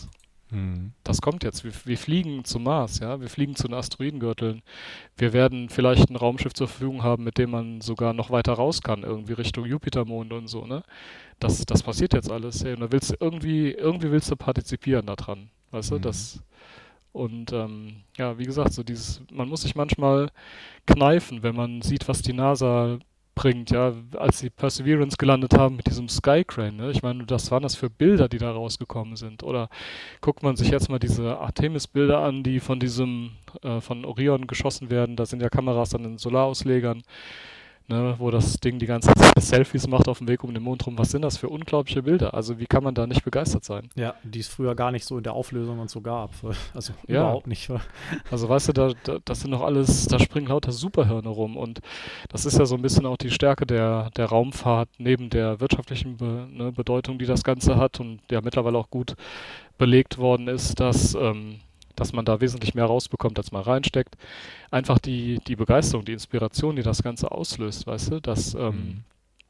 Mhm. Das kommt jetzt. Wir, wir fliegen zum Mars, ja, wir fliegen zu den Asteroidengürteln. Wir werden vielleicht ein Raumschiff zur Verfügung haben, mit dem man sogar noch weiter raus kann, irgendwie Richtung Jupitermond und so, ne? Das, das passiert jetzt alles. Hey, und da willst du irgendwie, irgendwie willst du partizipieren daran, weißt du? Mhm. Das und ähm, ja, wie gesagt, so dieses, man muss sich manchmal kneifen, wenn man sieht, was die NASA bringt, ja, als die Perseverance gelandet haben mit diesem Skycrane, ne? Ich meine, was waren das für Bilder, die da rausgekommen sind? Oder guckt man sich jetzt mal diese Artemis-Bilder an, die von diesem, äh, von Orion geschossen werden, da sind ja Kameras an den Solarauslegern, ne, wo das Ding die ganze Zeit Selfies macht auf dem Weg um den Mond rum. Was sind das für unglaubliche Bilder? Also wie kann man da nicht begeistert sein? Ja, die es früher gar nicht so in der Auflösung und so gab. Also Ja. überhaupt nicht. Also weißt du, da, da, das sind noch alles, da springen lauter Superhirne rum und das ist ja so ein bisschen auch die Stärke der, der Raumfahrt neben der wirtschaftlichen Be, ne, Bedeutung, die das Ganze hat und ja mittlerweile auch gut belegt worden ist, dass, ähm, dass man da wesentlich mehr rausbekommt, als man reinsteckt. Einfach die, die Begeisterung, die Inspiration, die das Ganze auslöst, weißt du, das ähm, Mhm.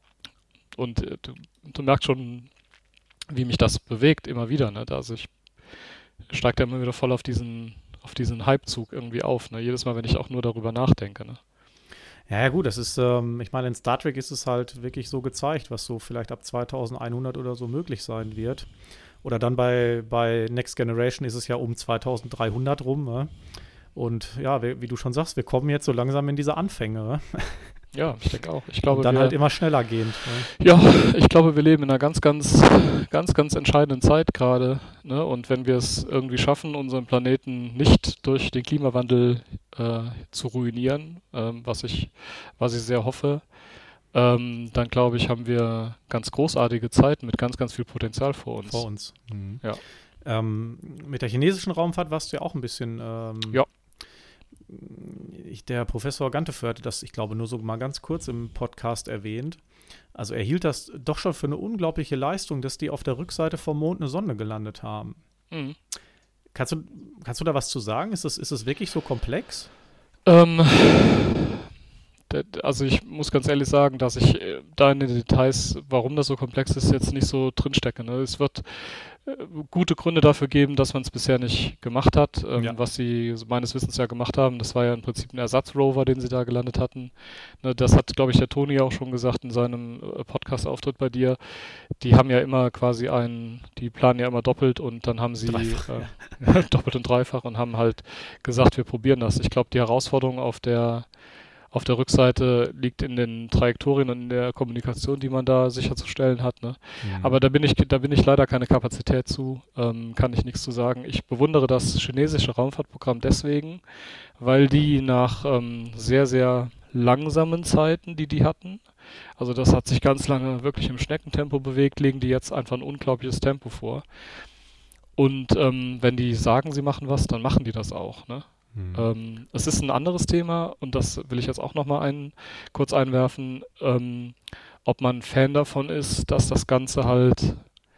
und äh, du, du merkst schon, wie mich das bewegt immer wieder, ne? Also ich steige da immer wieder voll auf diesen auf diesen Hypezug irgendwie auf, ne? Jedes Mal, wenn ich auch nur darüber nachdenke, ne? Ja, ja, gut, das ist, ähm, ich meine, in Star Trek ist es halt wirklich so gezeigt, was so vielleicht ab zweitausendeinhundert oder so möglich sein wird. Oder dann bei, bei Next Generation ist es ja um zweitausenddreihundert rum. Ne? Und ja, wie, wie du schon sagst, wir kommen jetzt so langsam in diese Anfänge. Ne? Ja, ich denke auch. Ich glaube, Und dann wir, halt immer schneller gehend. Ne? ja, ich glaube, wir leben in einer ganz, ganz, ganz, ganz entscheidenden Zeit gerade. Ne? Und wenn wir es irgendwie schaffen, unseren Planeten nicht durch den Klimawandel äh, zu ruinieren, ähm, was ich, was ich sehr hoffe, ähm, dann glaube ich, haben wir ganz großartige Zeiten mit ganz, ganz viel Potenzial vor uns. Vor uns. Mhm. Ja. Ähm, mit der chinesischen Raumfahrt warst du ja auch ein bisschen. Ähm, Ja. Ich, der Professor Ganteföhr hatte das, ich glaube, nur so mal ganz kurz im Podcast erwähnt. Also er hielt das doch schon für eine unglaubliche Leistung, dass die auf der Rückseite vom Mond eine Sonde gelandet haben. Mhm. Kannst du, kannst du da was zu sagen? Ist das, ist das wirklich so komplex? Ähm, d- d- also ich muss ganz ehrlich sagen, dass ich äh, da in den Details, warum das so komplex ist, jetzt nicht so drinstecke. Ne? Es wird äh, gute Gründe dafür geben, dass man es bisher nicht gemacht hat. Ähm, Ja. Was sie so meines Wissens ja gemacht haben, das war ja im Prinzip ein Ersatzrover, den sie da gelandet hatten. Ne, das hat, glaube ich, der Toni auch schon gesagt in seinem äh, Podcast-Auftritt bei dir. Die haben ja immer quasi einen, die planen ja immer doppelt und dann haben sie Dreifach, äh, doppelt und dreifach und haben halt gesagt, wir probieren das. Ich glaube, die Herausforderung auf der auf der Rückseite liegt in den Trajektorien und in der Kommunikation, die man da sicherzustellen hat. Ne? Mhm. Aber da bin ich, da bin ich leider keine Kapazität zu, ähm, kann ich nichts zu sagen. Ich bewundere das chinesische Raumfahrtprogramm deswegen, weil die nach ähm, sehr, sehr langsamen Zeiten, die die hatten, also das hat sich ganz lange wirklich im Schneckentempo bewegt, legen die jetzt einfach ein unglaubliches Tempo vor. Und ähm, wenn die sagen, sie machen was, dann machen die das auch. Ne? Mhm. Ähm, es ist ein anderes Thema und das will ich jetzt auch nochmal ein, kurz einwerfen, ähm, ob man Fan davon ist, dass das Ganze halt,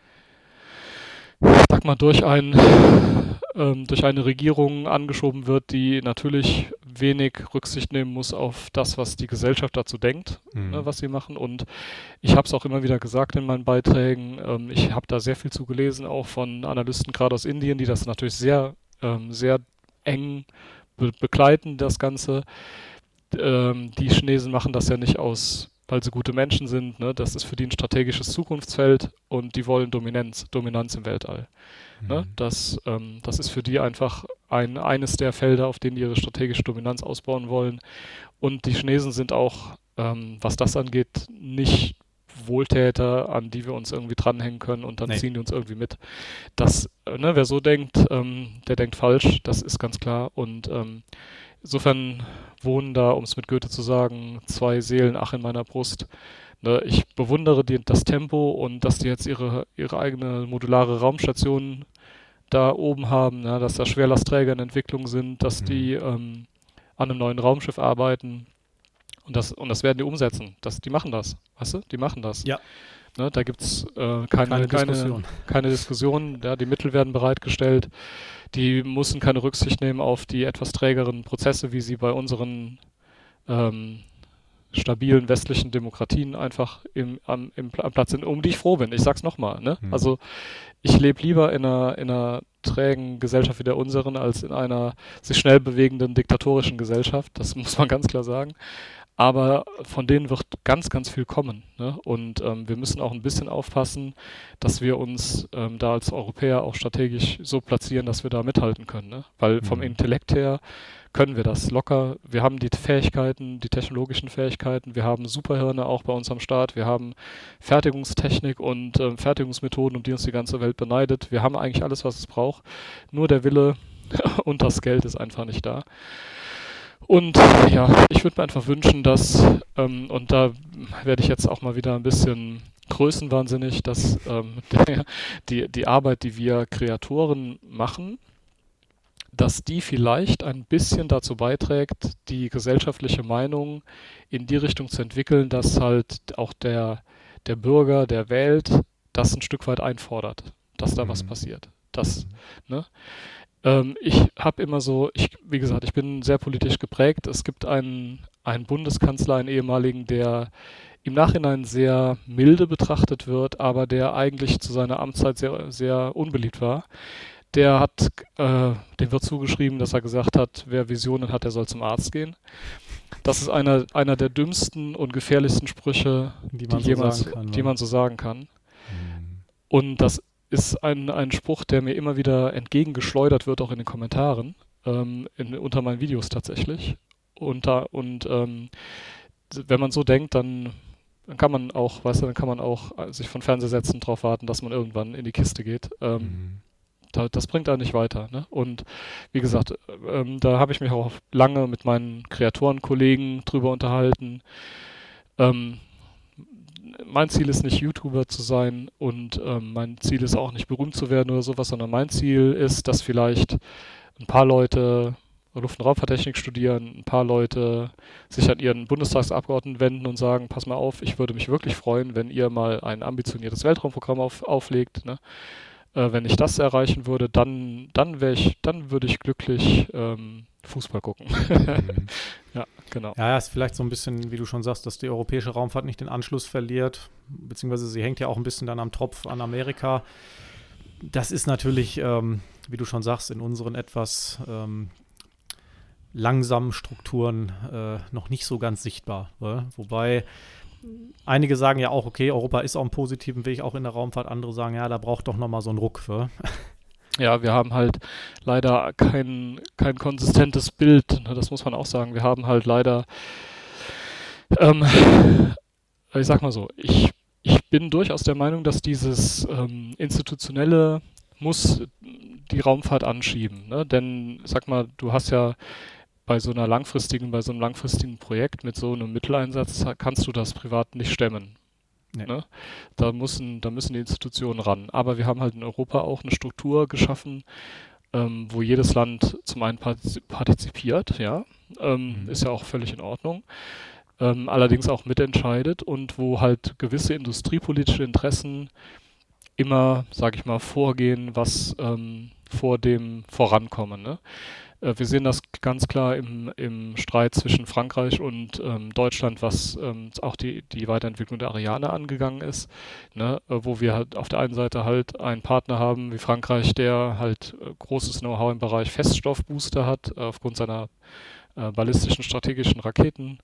sag mal, durch, ein, ähm, durch eine Regierung angeschoben wird, die natürlich wenig Rücksicht nehmen muss auf das, was die Gesellschaft dazu denkt, Mhm. ne, was sie machen. Und ich habe es auch immer wieder gesagt in meinen Beiträgen, ähm, ich habe da sehr viel zu gelesen, auch von Analysten gerade aus Indien, die das natürlich sehr, ähm, sehr eng be begleiten, das Ganze. Ähm, die Chinesen machen das ja nicht aus, weil sie gute Menschen sind. Ne? Das ist für die ein strategisches Zukunftsfeld und die wollen Dominanz, Dominanz im Weltall. Mhm. Ne? Das, ähm, das ist für die einfach ein, eines der Felder, auf denen die ihre strategische Dominanz ausbauen wollen. Und die Chinesen sind auch, ähm, was das angeht, nicht Wohltäter, an die wir uns irgendwie dranhängen können und dann Nee. ziehen die uns irgendwie mit. Das, äh, ne, wer so denkt, ähm, der denkt falsch, das ist ganz klar. Und ähm, insofern wohnen da, um es mit Goethe zu sagen, zwei Seelen ach in meiner Brust. Ne, ich bewundere die, das Tempo und dass die jetzt ihre, ihre eigene modulare Raumstation da oben haben, ne, dass da Schwerlastträger in Entwicklung sind, dass Mhm. die ähm, an einem neuen Raumschiff arbeiten. Und das, und das werden die umsetzen. Das, die machen das, weißt du? Die machen das. Ja. Ne, da gibt es äh, keine, Keine keine, Diskussion. keine Diskussion. Ja, die Mittel werden bereitgestellt. Die müssen keine Rücksicht nehmen auf die etwas trägeren Prozesse, wie sie bei unseren ähm, stabilen westlichen Demokratien einfach im, am, im, am Platz sind, um die ich froh bin. Ich sag's nochmal. Ne? Mhm. Also ich lebe lieber in einer, in einer trägen Gesellschaft wie der unseren als in einer sich schnell bewegenden diktatorischen Gesellschaft. Das muss man ganz klar sagen. Aber von denen wird ganz, ganz viel kommen. Ne? Und ähm, wir müssen auch ein bisschen aufpassen, dass wir uns ähm, da als Europäer auch strategisch so platzieren, dass wir da mithalten können. Ne? Weil vom Mhm. Intellekt her können wir das locker. Wir haben die Fähigkeiten, die technologischen Fähigkeiten. Wir haben Superhirne auch bei uns am Start. Wir haben Fertigungstechnik und ähm, Fertigungsmethoden, um die uns die ganze Welt beneidet. Wir haben eigentlich alles, was es braucht. Nur der Wille und das Geld ist einfach nicht da. Und ja, ich würde mir einfach wünschen, dass, ähm, und da werde ich jetzt auch mal wieder ein bisschen größenwahnsinnig, dass ähm, der, die, die Arbeit, die wir Kreatoren machen, dass die vielleicht ein bisschen dazu beiträgt, die gesellschaftliche Meinung in die Richtung zu entwickeln, dass halt auch der, der Bürger, der wählt, das ein Stück weit einfordert, dass da was Mhm. passiert. Das, Mhm. ne? Ähm, ich habe immer so, ich, wie gesagt, ich bin sehr politisch geprägt. Es gibt einen, einen Bundeskanzler, einen ehemaligen, der im Nachhinein sehr milde betrachtet wird, aber der eigentlich zu seiner Amtszeit sehr, sehr unbeliebt war. Der hat, äh, dem wird zugeschrieben, dass er gesagt hat, wer Visionen hat, der soll zum Arzt gehen. Das ist einer, einer der dümmsten und gefährlichsten Sprüche, Die die man so sagen jemals, kann. die Ne? man so sagen kann. Mhm. Und das ist ein, ein Spruch, der mir immer wieder entgegengeschleudert wird, auch in den Kommentaren, ähm, in, unter meinen Videos tatsächlich. Und, da, und ähm, wenn man so denkt, dann, dann kann man auch, weißt du, dann kann man auch sich von Fernseher setzen, darauf warten, dass man irgendwann in die Kiste geht. Ähm, Mhm. da, das bringt einen nicht weiter. Ne? Und wie gesagt, ähm, da habe ich mich auch lange mit meinen Kreatorenkollegen drüber unterhalten. Ähm, mein Ziel ist nicht YouTuber zu sein und ähm, mein Ziel ist auch nicht berühmt zu werden oder sowas, sondern mein Ziel ist, dass vielleicht ein paar Leute Luft- und Raumfahrttechnik studieren, ein paar Leute sich an ihren Bundestagsabgeordneten wenden und sagen, pass mal auf, ich würde mich wirklich freuen, wenn ihr mal ein ambitioniertes Weltraumprogramm auf, auflegt. Ne? Äh, wenn ich das erreichen würde, dann, dann wäre ich, dann würde ich glücklich ähm, Fußball gucken. Mhm. Ja, genau. Ja, ist vielleicht so ein bisschen, wie du schon sagst, dass die europäische Raumfahrt nicht den Anschluss verliert, beziehungsweise sie hängt ja auch ein bisschen dann am Tropf an Amerika. Das ist natürlich, ähm, wie du schon sagst, in unseren etwas ähm, langsamen Strukturen äh, noch nicht so ganz sichtbar. Ne? Wobei einige sagen ja auch, okay, Europa ist auf einem positiven Weg, auch in der Raumfahrt. Andere sagen, ja, da braucht doch nochmal so einen Ruck. Ne? Ja, wir haben halt leider kein, kein konsistentes Bild, ne, das muss man auch sagen. Wir haben halt leider, ähm, ich sag mal so, ich, ich bin durchaus der Meinung, dass dieses ähm, Institutionelle muss die Raumfahrt anschieben. Ne? Denn, sag mal, du hast ja bei so einer langfristigen, bei so einem langfristigen Projekt mit so einem Mitteleinsatz kannst du das privat nicht stemmen. Nee. Ne? Da müssen, da müssen die Institutionen ran. Aber wir haben halt in Europa auch eine Struktur geschaffen, ähm, wo jedes Land zum einen partizipiert, ja, ähm, Mhm. ist ja auch völlig in Ordnung, ähm, allerdings auch mitentscheidet und wo halt gewisse industriepolitische Interessen immer, sage ich mal, vorgehen, was ähm, vor dem Vorankommen. Ne? Äh, wir sehen das ganz klar im, im Streit zwischen Frankreich und ähm, Deutschland, was ähm, auch die, die Weiterentwicklung der Ariane angegangen ist, ne? äh, wo wir halt auf der einen Seite halt einen Partner haben wie Frankreich, der halt äh, großes Know-how im Bereich Feststoffbooster hat, äh, aufgrund seiner äh, ballistischen strategischen Raketen.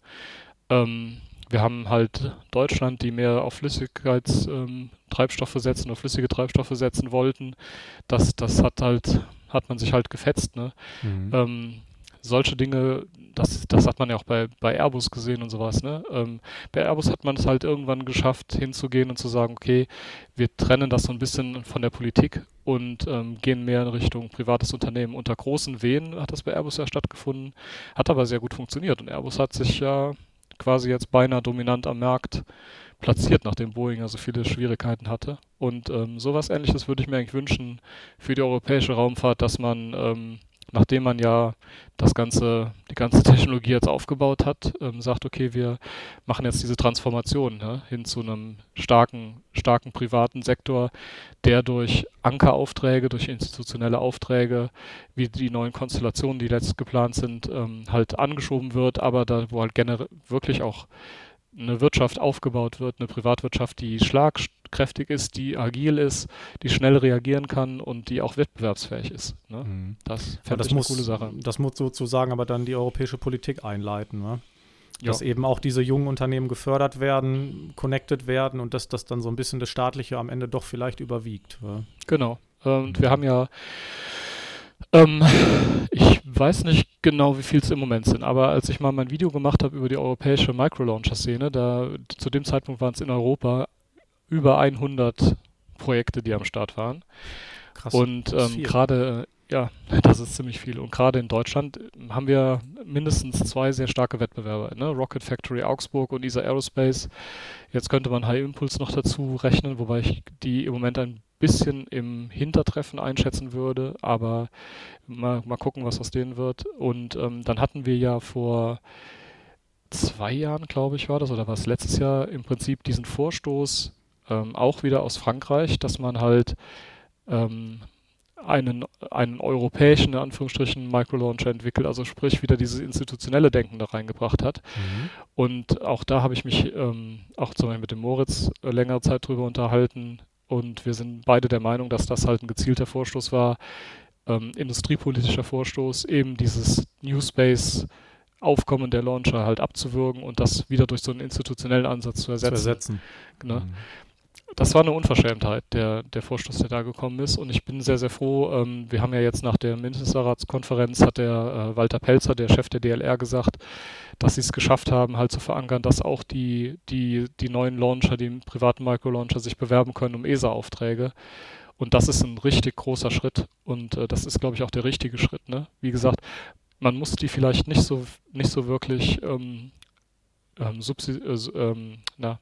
Ähm, wir haben halt Deutschland, die mehr auf Flüssigkeitstreibstoffe ähm, setzen oder flüssige Treibstoffe setzen wollten. Das, das hat halt, hat man sich halt gefetzt, ne? Mhm. Ähm, solche Dinge, das, das hat man ja auch bei, bei Airbus gesehen und sowas, ne? Ähm, bei Airbus hat man es halt irgendwann geschafft, hinzugehen und zu sagen, okay, wir trennen das so ein bisschen von der Politik und ähm, gehen mehr in Richtung privates Unternehmen. Unter großen Wehen hat das bei Airbus ja stattgefunden, hat aber sehr gut funktioniert und Airbus hat sich ja quasi jetzt beinahe dominant am Markt platziert, nachdem Boeing ja so viele Schwierigkeiten hatte. Und ähm, sowas Ähnliches würde ich mir eigentlich wünschen für die europäische Raumfahrt, dass man, ähm, nachdem man ja das ganze, die ganze Technologie jetzt aufgebaut hat, ähm, sagt, okay, wir machen jetzt diese Transformation, ja, hin zu einem starken, starken privaten Sektor, der durch Ankeraufträge, durch institutionelle Aufträge, wie die neuen Konstellationen, die jetzt geplant sind, ähm, halt angeschoben wird, aber da, wo halt generell wirklich auch eine Wirtschaft aufgebaut wird, eine Privatwirtschaft, die schlagkräftig ist, die agil ist, die schnell reagieren kann und die auch wettbewerbsfähig ist. Ne? Mhm. Das Ja, fände das ich eine muss, coole Sache. das muss sozusagen aber dann die europäische Politik einleiten, ne? Dass Ja, eben auch diese jungen Unternehmen gefördert werden, connected werden und dass das dann so ein bisschen das Staatliche am Ende doch vielleicht überwiegt. Ja. genau. Und wir haben ja, ähm, ich weiß nicht genau, wie viel es im Moment sind, aber als ich mal mein Video gemacht habe über die europäische Microlauncher-Szene, da zu dem Zeitpunkt waren es in Europa über hundert Projekte, die am Start waren. Krass. Und das ist ähm, viel. gerade, äh, ja, das ist ziemlich viel. Und gerade in Deutschland haben wir mindestens zwei sehr starke Wettbewerber, ne? Rocket Factory Augsburg und E S A Aerospace. Jetzt könnte man High Impulse noch dazu rechnen, wobei ich die im Moment ein bisschen im Hintertreffen einschätzen würde, aber mal, mal gucken, was aus denen wird. Und ähm, dann hatten wir ja vor zwei Jahren, glaube ich, war das, oder war es letztes Jahr, im Prinzip diesen Vorstoß ähm, auch wieder aus Frankreich, dass man halt ähm, einen, einen europäischen, in Anführungsstrichen, Microlauncher entwickelt, also sprich wieder dieses institutionelle Denken da reingebracht hat. Mhm. Und auch da habe ich mich ähm, auch zum Beispiel mit dem Moritz äh, längere Zeit drüber unterhalten und wir sind beide der Meinung, dass das halt ein gezielter Vorstoß war, ähm, industriepolitischer Vorstoß, eben dieses New Space Aufkommen der Launcher halt abzuwürgen und das wieder durch so einen institutionellen Ansatz zu ersetzen. Zu ersetzen. Ne? Mhm. Das war eine Unverschämtheit, der, der Vorstoß, der da gekommen ist. Und ich bin sehr, sehr froh. Ähm, wir haben ja jetzt nach der Ministerratskonferenz, hat der äh, Walter Pelzer, der Chef der D L R, gesagt, dass sie es geschafft haben, halt zu verankern, dass auch die, die, die neuen Launcher, die privaten Microlauncher sich bewerben können um E S A-Aufträge. Und das ist ein richtig großer Schritt. Und äh, das ist, glaube ich, auch der richtige Schritt. Ne? Wie gesagt, man muss die vielleicht nicht so, nicht so wirklich ähm, ähm, subsi- äh, ähm, na,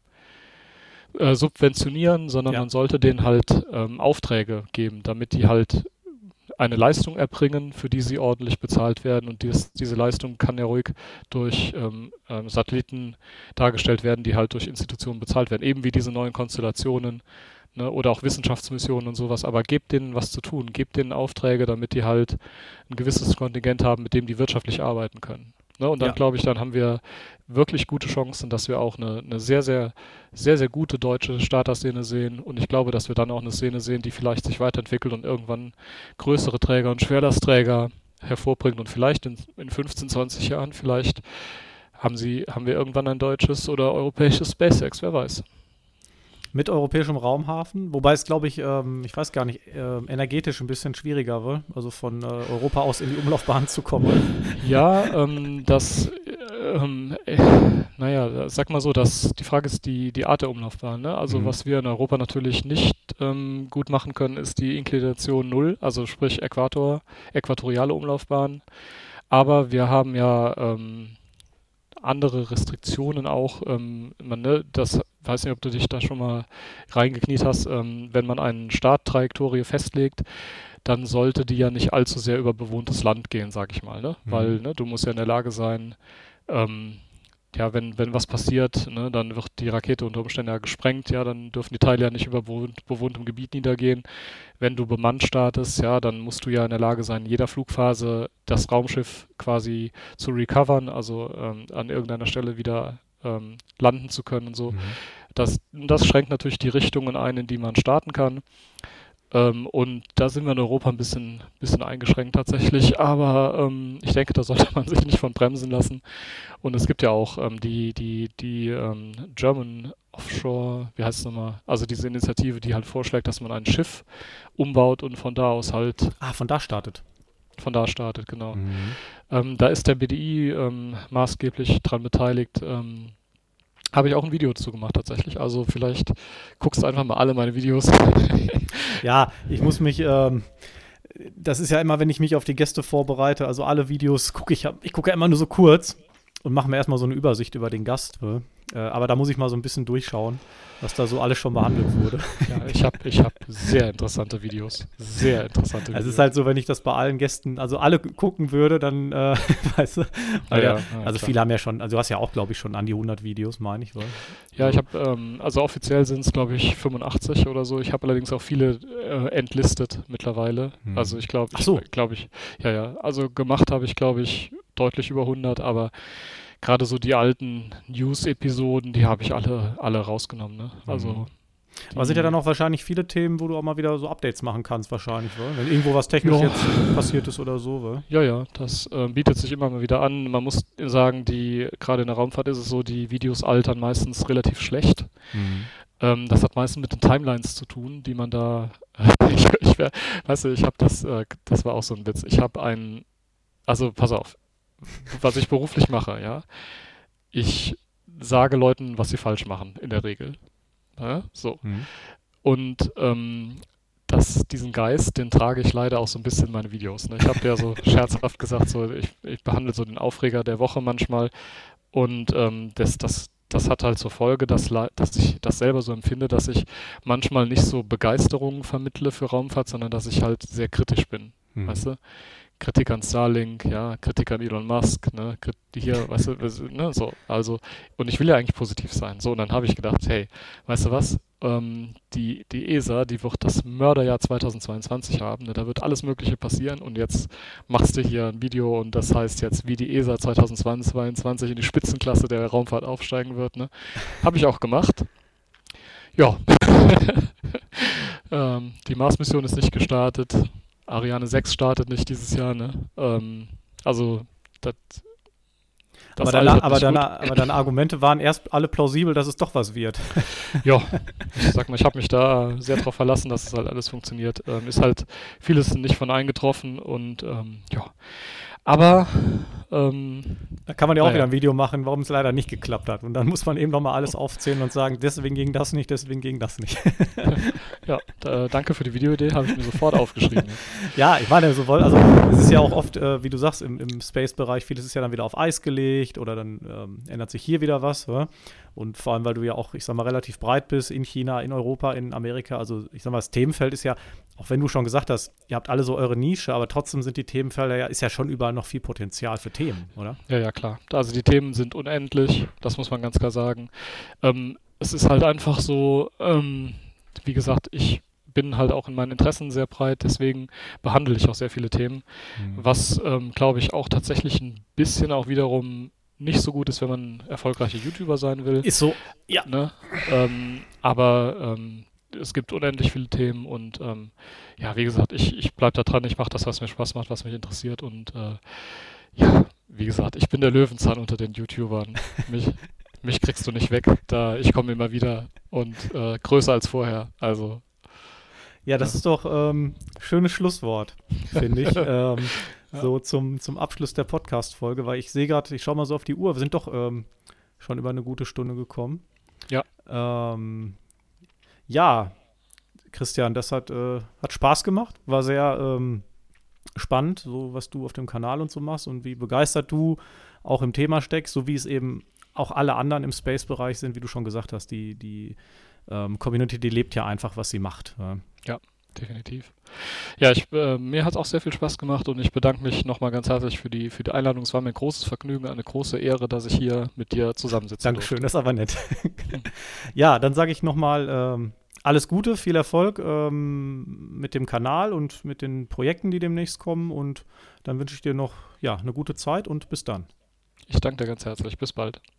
äh, subventionieren, sondern Ja. man sollte denen halt ähm, Aufträge geben, damit die halt eine Leistung erbringen, für die sie ordentlich bezahlt werden. Und dies, diese Leistung kann ja ruhig durch ähm, ähm, Satelliten dargestellt werden, die halt durch Institutionen bezahlt werden. Eben wie diese neuen Konstellationen, ne, oder auch Wissenschaftsmissionen und sowas. Aber gebt denen was zu tun, gebt denen Aufträge, damit die halt ein gewisses Kontingent haben, mit dem die wirtschaftlich arbeiten können. Ne, und dann Ja. glaube ich, dann haben wir wirklich gute Chancen, dass wir auch eine, eine sehr, sehr, sehr, sehr gute deutsche Starter-Szene sehen. Und ich glaube, dass wir dann auch eine Szene sehen, die vielleicht sich weiterentwickelt und irgendwann größere Träger und Schwerlastträger hervorbringt. Und vielleicht in, in fünfzehn, zwanzig Jahren, vielleicht haben sie, haben wir irgendwann ein deutsches oder europäisches SpaceX, wer weiß. Mit europäischem Raumhafen, wobei es, glaube ich, ähm, ich weiß gar nicht, äh, energetisch ein bisschen schwieriger wird, also von äh, Europa aus in die Umlaufbahn zu kommen. Ja, ähm, das, ähm, äh, naja, sag mal so, dass die Frage ist die, die Art der Umlaufbahn. Ne? Also Mhm. was wir in Europa natürlich nicht ähm, gut machen können, ist die Inklination Null, also sprich Äquator, äquatoriale Umlaufbahn. Aber wir haben ja ähm, andere Restriktionen auch. Ähm, man, ne, das weiß nicht, ob du dich da schon mal reingekniet hast. Ähm, wenn man eine Starttrajektorie festlegt, dann sollte die ja nicht allzu sehr über bewohntes Land gehen, sag ich mal. Ne? Mhm. Weil ne, du musst ja in der Lage sein, ähm, ja, wenn, wenn was passiert, ne, dann wird die Rakete unter Umständen ja gesprengt, ja, dann dürfen die Teile ja nicht über bewohnt, bewohntem Gebiet niedergehen. Wenn du bemannt startest, ja, dann musst du ja in der Lage sein, in jeder Flugphase das Raumschiff quasi zu recovern, also ähm, an irgendeiner Stelle wieder ähm, landen zu können und so. Mhm. Das, das schränkt natürlich die Richtungen ein, in die man starten kann. Ähm, und da sind wir in Europa ein bisschen, bisschen eingeschränkt tatsächlich, aber ähm, ich denke, da sollte man sich nicht von bremsen lassen. Und es gibt ja auch ähm, die, die, die ähm, German Offshore, wie heißt es nochmal, also diese Initiative, die halt vorschlägt, dass man ein Schiff umbaut und von da aus halt Ah, von da startet. von da startet, genau. Mhm. Ähm, da ist der B D I ähm, maßgeblich dran beteiligt. Ähm, habe ich auch ein Video dazu gemacht tatsächlich. Also vielleicht guckst du einfach mal alle meine Videos. Ja, ich muss mich, ähm, das ist ja immer, wenn ich mich auf die Gäste vorbereite, also alle Videos gucke ich, ich gucke ja immer nur so kurz und mache mir erstmal so eine Übersicht über den Gast. Ne? Äh, aber da muss ich mal so ein bisschen durchschauen, was da so alles schon behandelt wurde. Ja, ich habe ich hab sehr interessante Videos. Sehr interessante Videos. Also es ist halt so, wenn ich das bei allen Gästen, also alle gucken würde, dann, äh, weißt du, weil ja, ja, ja, also klar. viele haben ja schon, also du hast ja auch, glaube ich, schon an die hundert Videos, meine ich, weil. Ja, ich habe, ähm, also offiziell sind es, glaube ich, fünfundachtzig oder so. Ich habe allerdings auch viele äh, entlistet mittlerweile. Hm. Also ich glaube, Ach so. glaube ich, ja, ja. Also gemacht habe ich, glaube ich, deutlich über hundert, aber gerade so die alten News-Episoden, die habe ich alle, alle rausgenommen. Ne? Also Mhm. Aber sind ja dann auch wahrscheinlich viele Themen, wo du auch mal wieder so Updates machen kannst, wahrscheinlich, weil? Wenn irgendwo was technisch ja, jetzt passiert ist oder so, weil? ja, ja, das äh, bietet sich immer mal wieder an. Man muss sagen, die gerade in der Raumfahrt ist es so, die Videos altern meistens relativ schlecht. Mhm. Ähm, das hat meistens mit den Timelines zu tun, die man da. ich, ich wär, weißt du, ich habe das, äh, das war auch so ein Witz. Ich habe einen, also pass auf, was ich beruflich mache, ja. Ich sage Leuten, was sie falsch machen, in der Regel. Ja, so. Mhm. Und ähm, das, diesen Geist, den trage ich leider auch so ein bisschen in meine Videos. Ne? Ich habe ja so scherzhaft gesagt, so, ich, ich behandle so den Aufreger der Woche manchmal und ähm, das, das, das hat halt zur Folge, dass, le- dass ich das selber so empfinde, dass ich manchmal nicht so Begeisterung vermittle für Raumfahrt, sondern dass ich halt sehr kritisch bin. Mhm. Weißt du? Kritik an Starlink, ja, Kritik an Elon Musk, ne, Krit- hier, weißt du, was- ne, so, also, und ich will ja eigentlich positiv sein, so, und dann habe ich gedacht, hey, weißt du was, ähm, die, die E S A, die wird das Mörderjahr zweitausendzweiundzwanzig haben, ne, da wird alles Mögliche passieren, und jetzt machst du hier ein Video, und das heißt jetzt, wie die E S A zweitausendzweiundzwanzig in die Spitzenklasse der Raumfahrt aufsteigen wird, ne, habe ich auch gemacht, ja, ähm, die Mars-Mission ist nicht gestartet, Ariane sechs startet nicht dieses Jahr, ne? Ähm, also, das, das Aber, deine, altert aber, nicht deine, gut. aber deine Argumente waren erst alle plausibel, dass es doch was wird. Ja, ich sag mal, ich habe mich da sehr drauf verlassen, dass es halt alles funktioniert. Ähm, ist halt vieles nicht von eingetroffen und ähm, ja. Aber ähm, Da kann man ja auch naja. wieder ein Video machen, warum es leider nicht geklappt hat. Und dann muss man eben nochmal alles aufzählen und sagen, deswegen ging das nicht, deswegen ging das nicht. Ja, da, danke für die Videoidee, habe ich mir sofort aufgeschrieben. Ja, ich meine, so, also es ist ja auch oft, äh, wie du sagst, im, im Space-Bereich, vieles ist ja dann wieder auf Eis gelegt oder dann ähm, ändert sich hier wieder was. Ja? Und vor allem, weil du ja auch, ich sag mal, relativ breit bist in China, in Europa, in Amerika. Also ich sag mal, das Themenfeld ist ja, auch wenn du schon gesagt hast, ihr habt alle so eure Nische, aber trotzdem sind die Themenfelder ja, ist ja schon überall noch viel Potenzial für Themen, oder? Ja, ja, klar. Also die Themen sind unendlich, das muss man ganz klar sagen. Ähm, es ist halt einfach so, ähm, wie gesagt, ich bin halt auch in meinen Interessen sehr breit, deswegen behandle ich auch sehr viele Themen, Mhm. was, ähm, glaube ich, auch tatsächlich ein bisschen auch wiederum nicht so gut ist, wenn man erfolgreicher YouTuber sein will. Ist so, ja. Ne? Ähm, aber ähm, es gibt unendlich viele Themen und ähm, ja, wie gesagt, ich, ich bleibe da dran, ich mache das, was mir Spaß macht, was mich interessiert und äh, ja, wie gesagt, ich bin der Löwenzahn unter den YouTubern. Mich, mich kriegst du nicht weg, da ich komme immer wieder und äh, größer als vorher. Also Ja, das ja. ist doch ähm, schönes Schlusswort, finde ich. ähm, Ja. So zum, zum Abschluss der Podcast-Folge, weil ich sehe gerade, ich schaue mal so auf die Uhr, wir sind doch ähm, schon über eine gute Stunde gekommen. Ja. Ähm, ja, Christian, das hat, äh, hat Spaß gemacht, war sehr ähm, spannend, so was du auf dem Kanal und so machst und wie begeistert du auch im Thema steckst, so wie es eben auch alle anderen im Space-Bereich sind, wie du schon gesagt hast, die, die ähm, Community, die lebt ja einfach, was sie macht. Ja. Ja, definitiv. Ja, ich, äh, mir hat es auch sehr viel Spaß gemacht und ich bedanke mich nochmal ganz herzlich für die, für die Einladung. Es war mir ein großes Vergnügen, eine große Ehre, dass ich hier mit dir zusammensitzen Dankeschön, durfte. das ist aber nett. Ja, dann sage ich nochmal ähm, alles Gute, viel Erfolg ähm, mit dem Kanal und mit den Projekten, die demnächst kommen und dann wünsche ich dir noch ja, eine gute Zeit und bis dann. Ich danke dir ganz herzlich. Bis bald.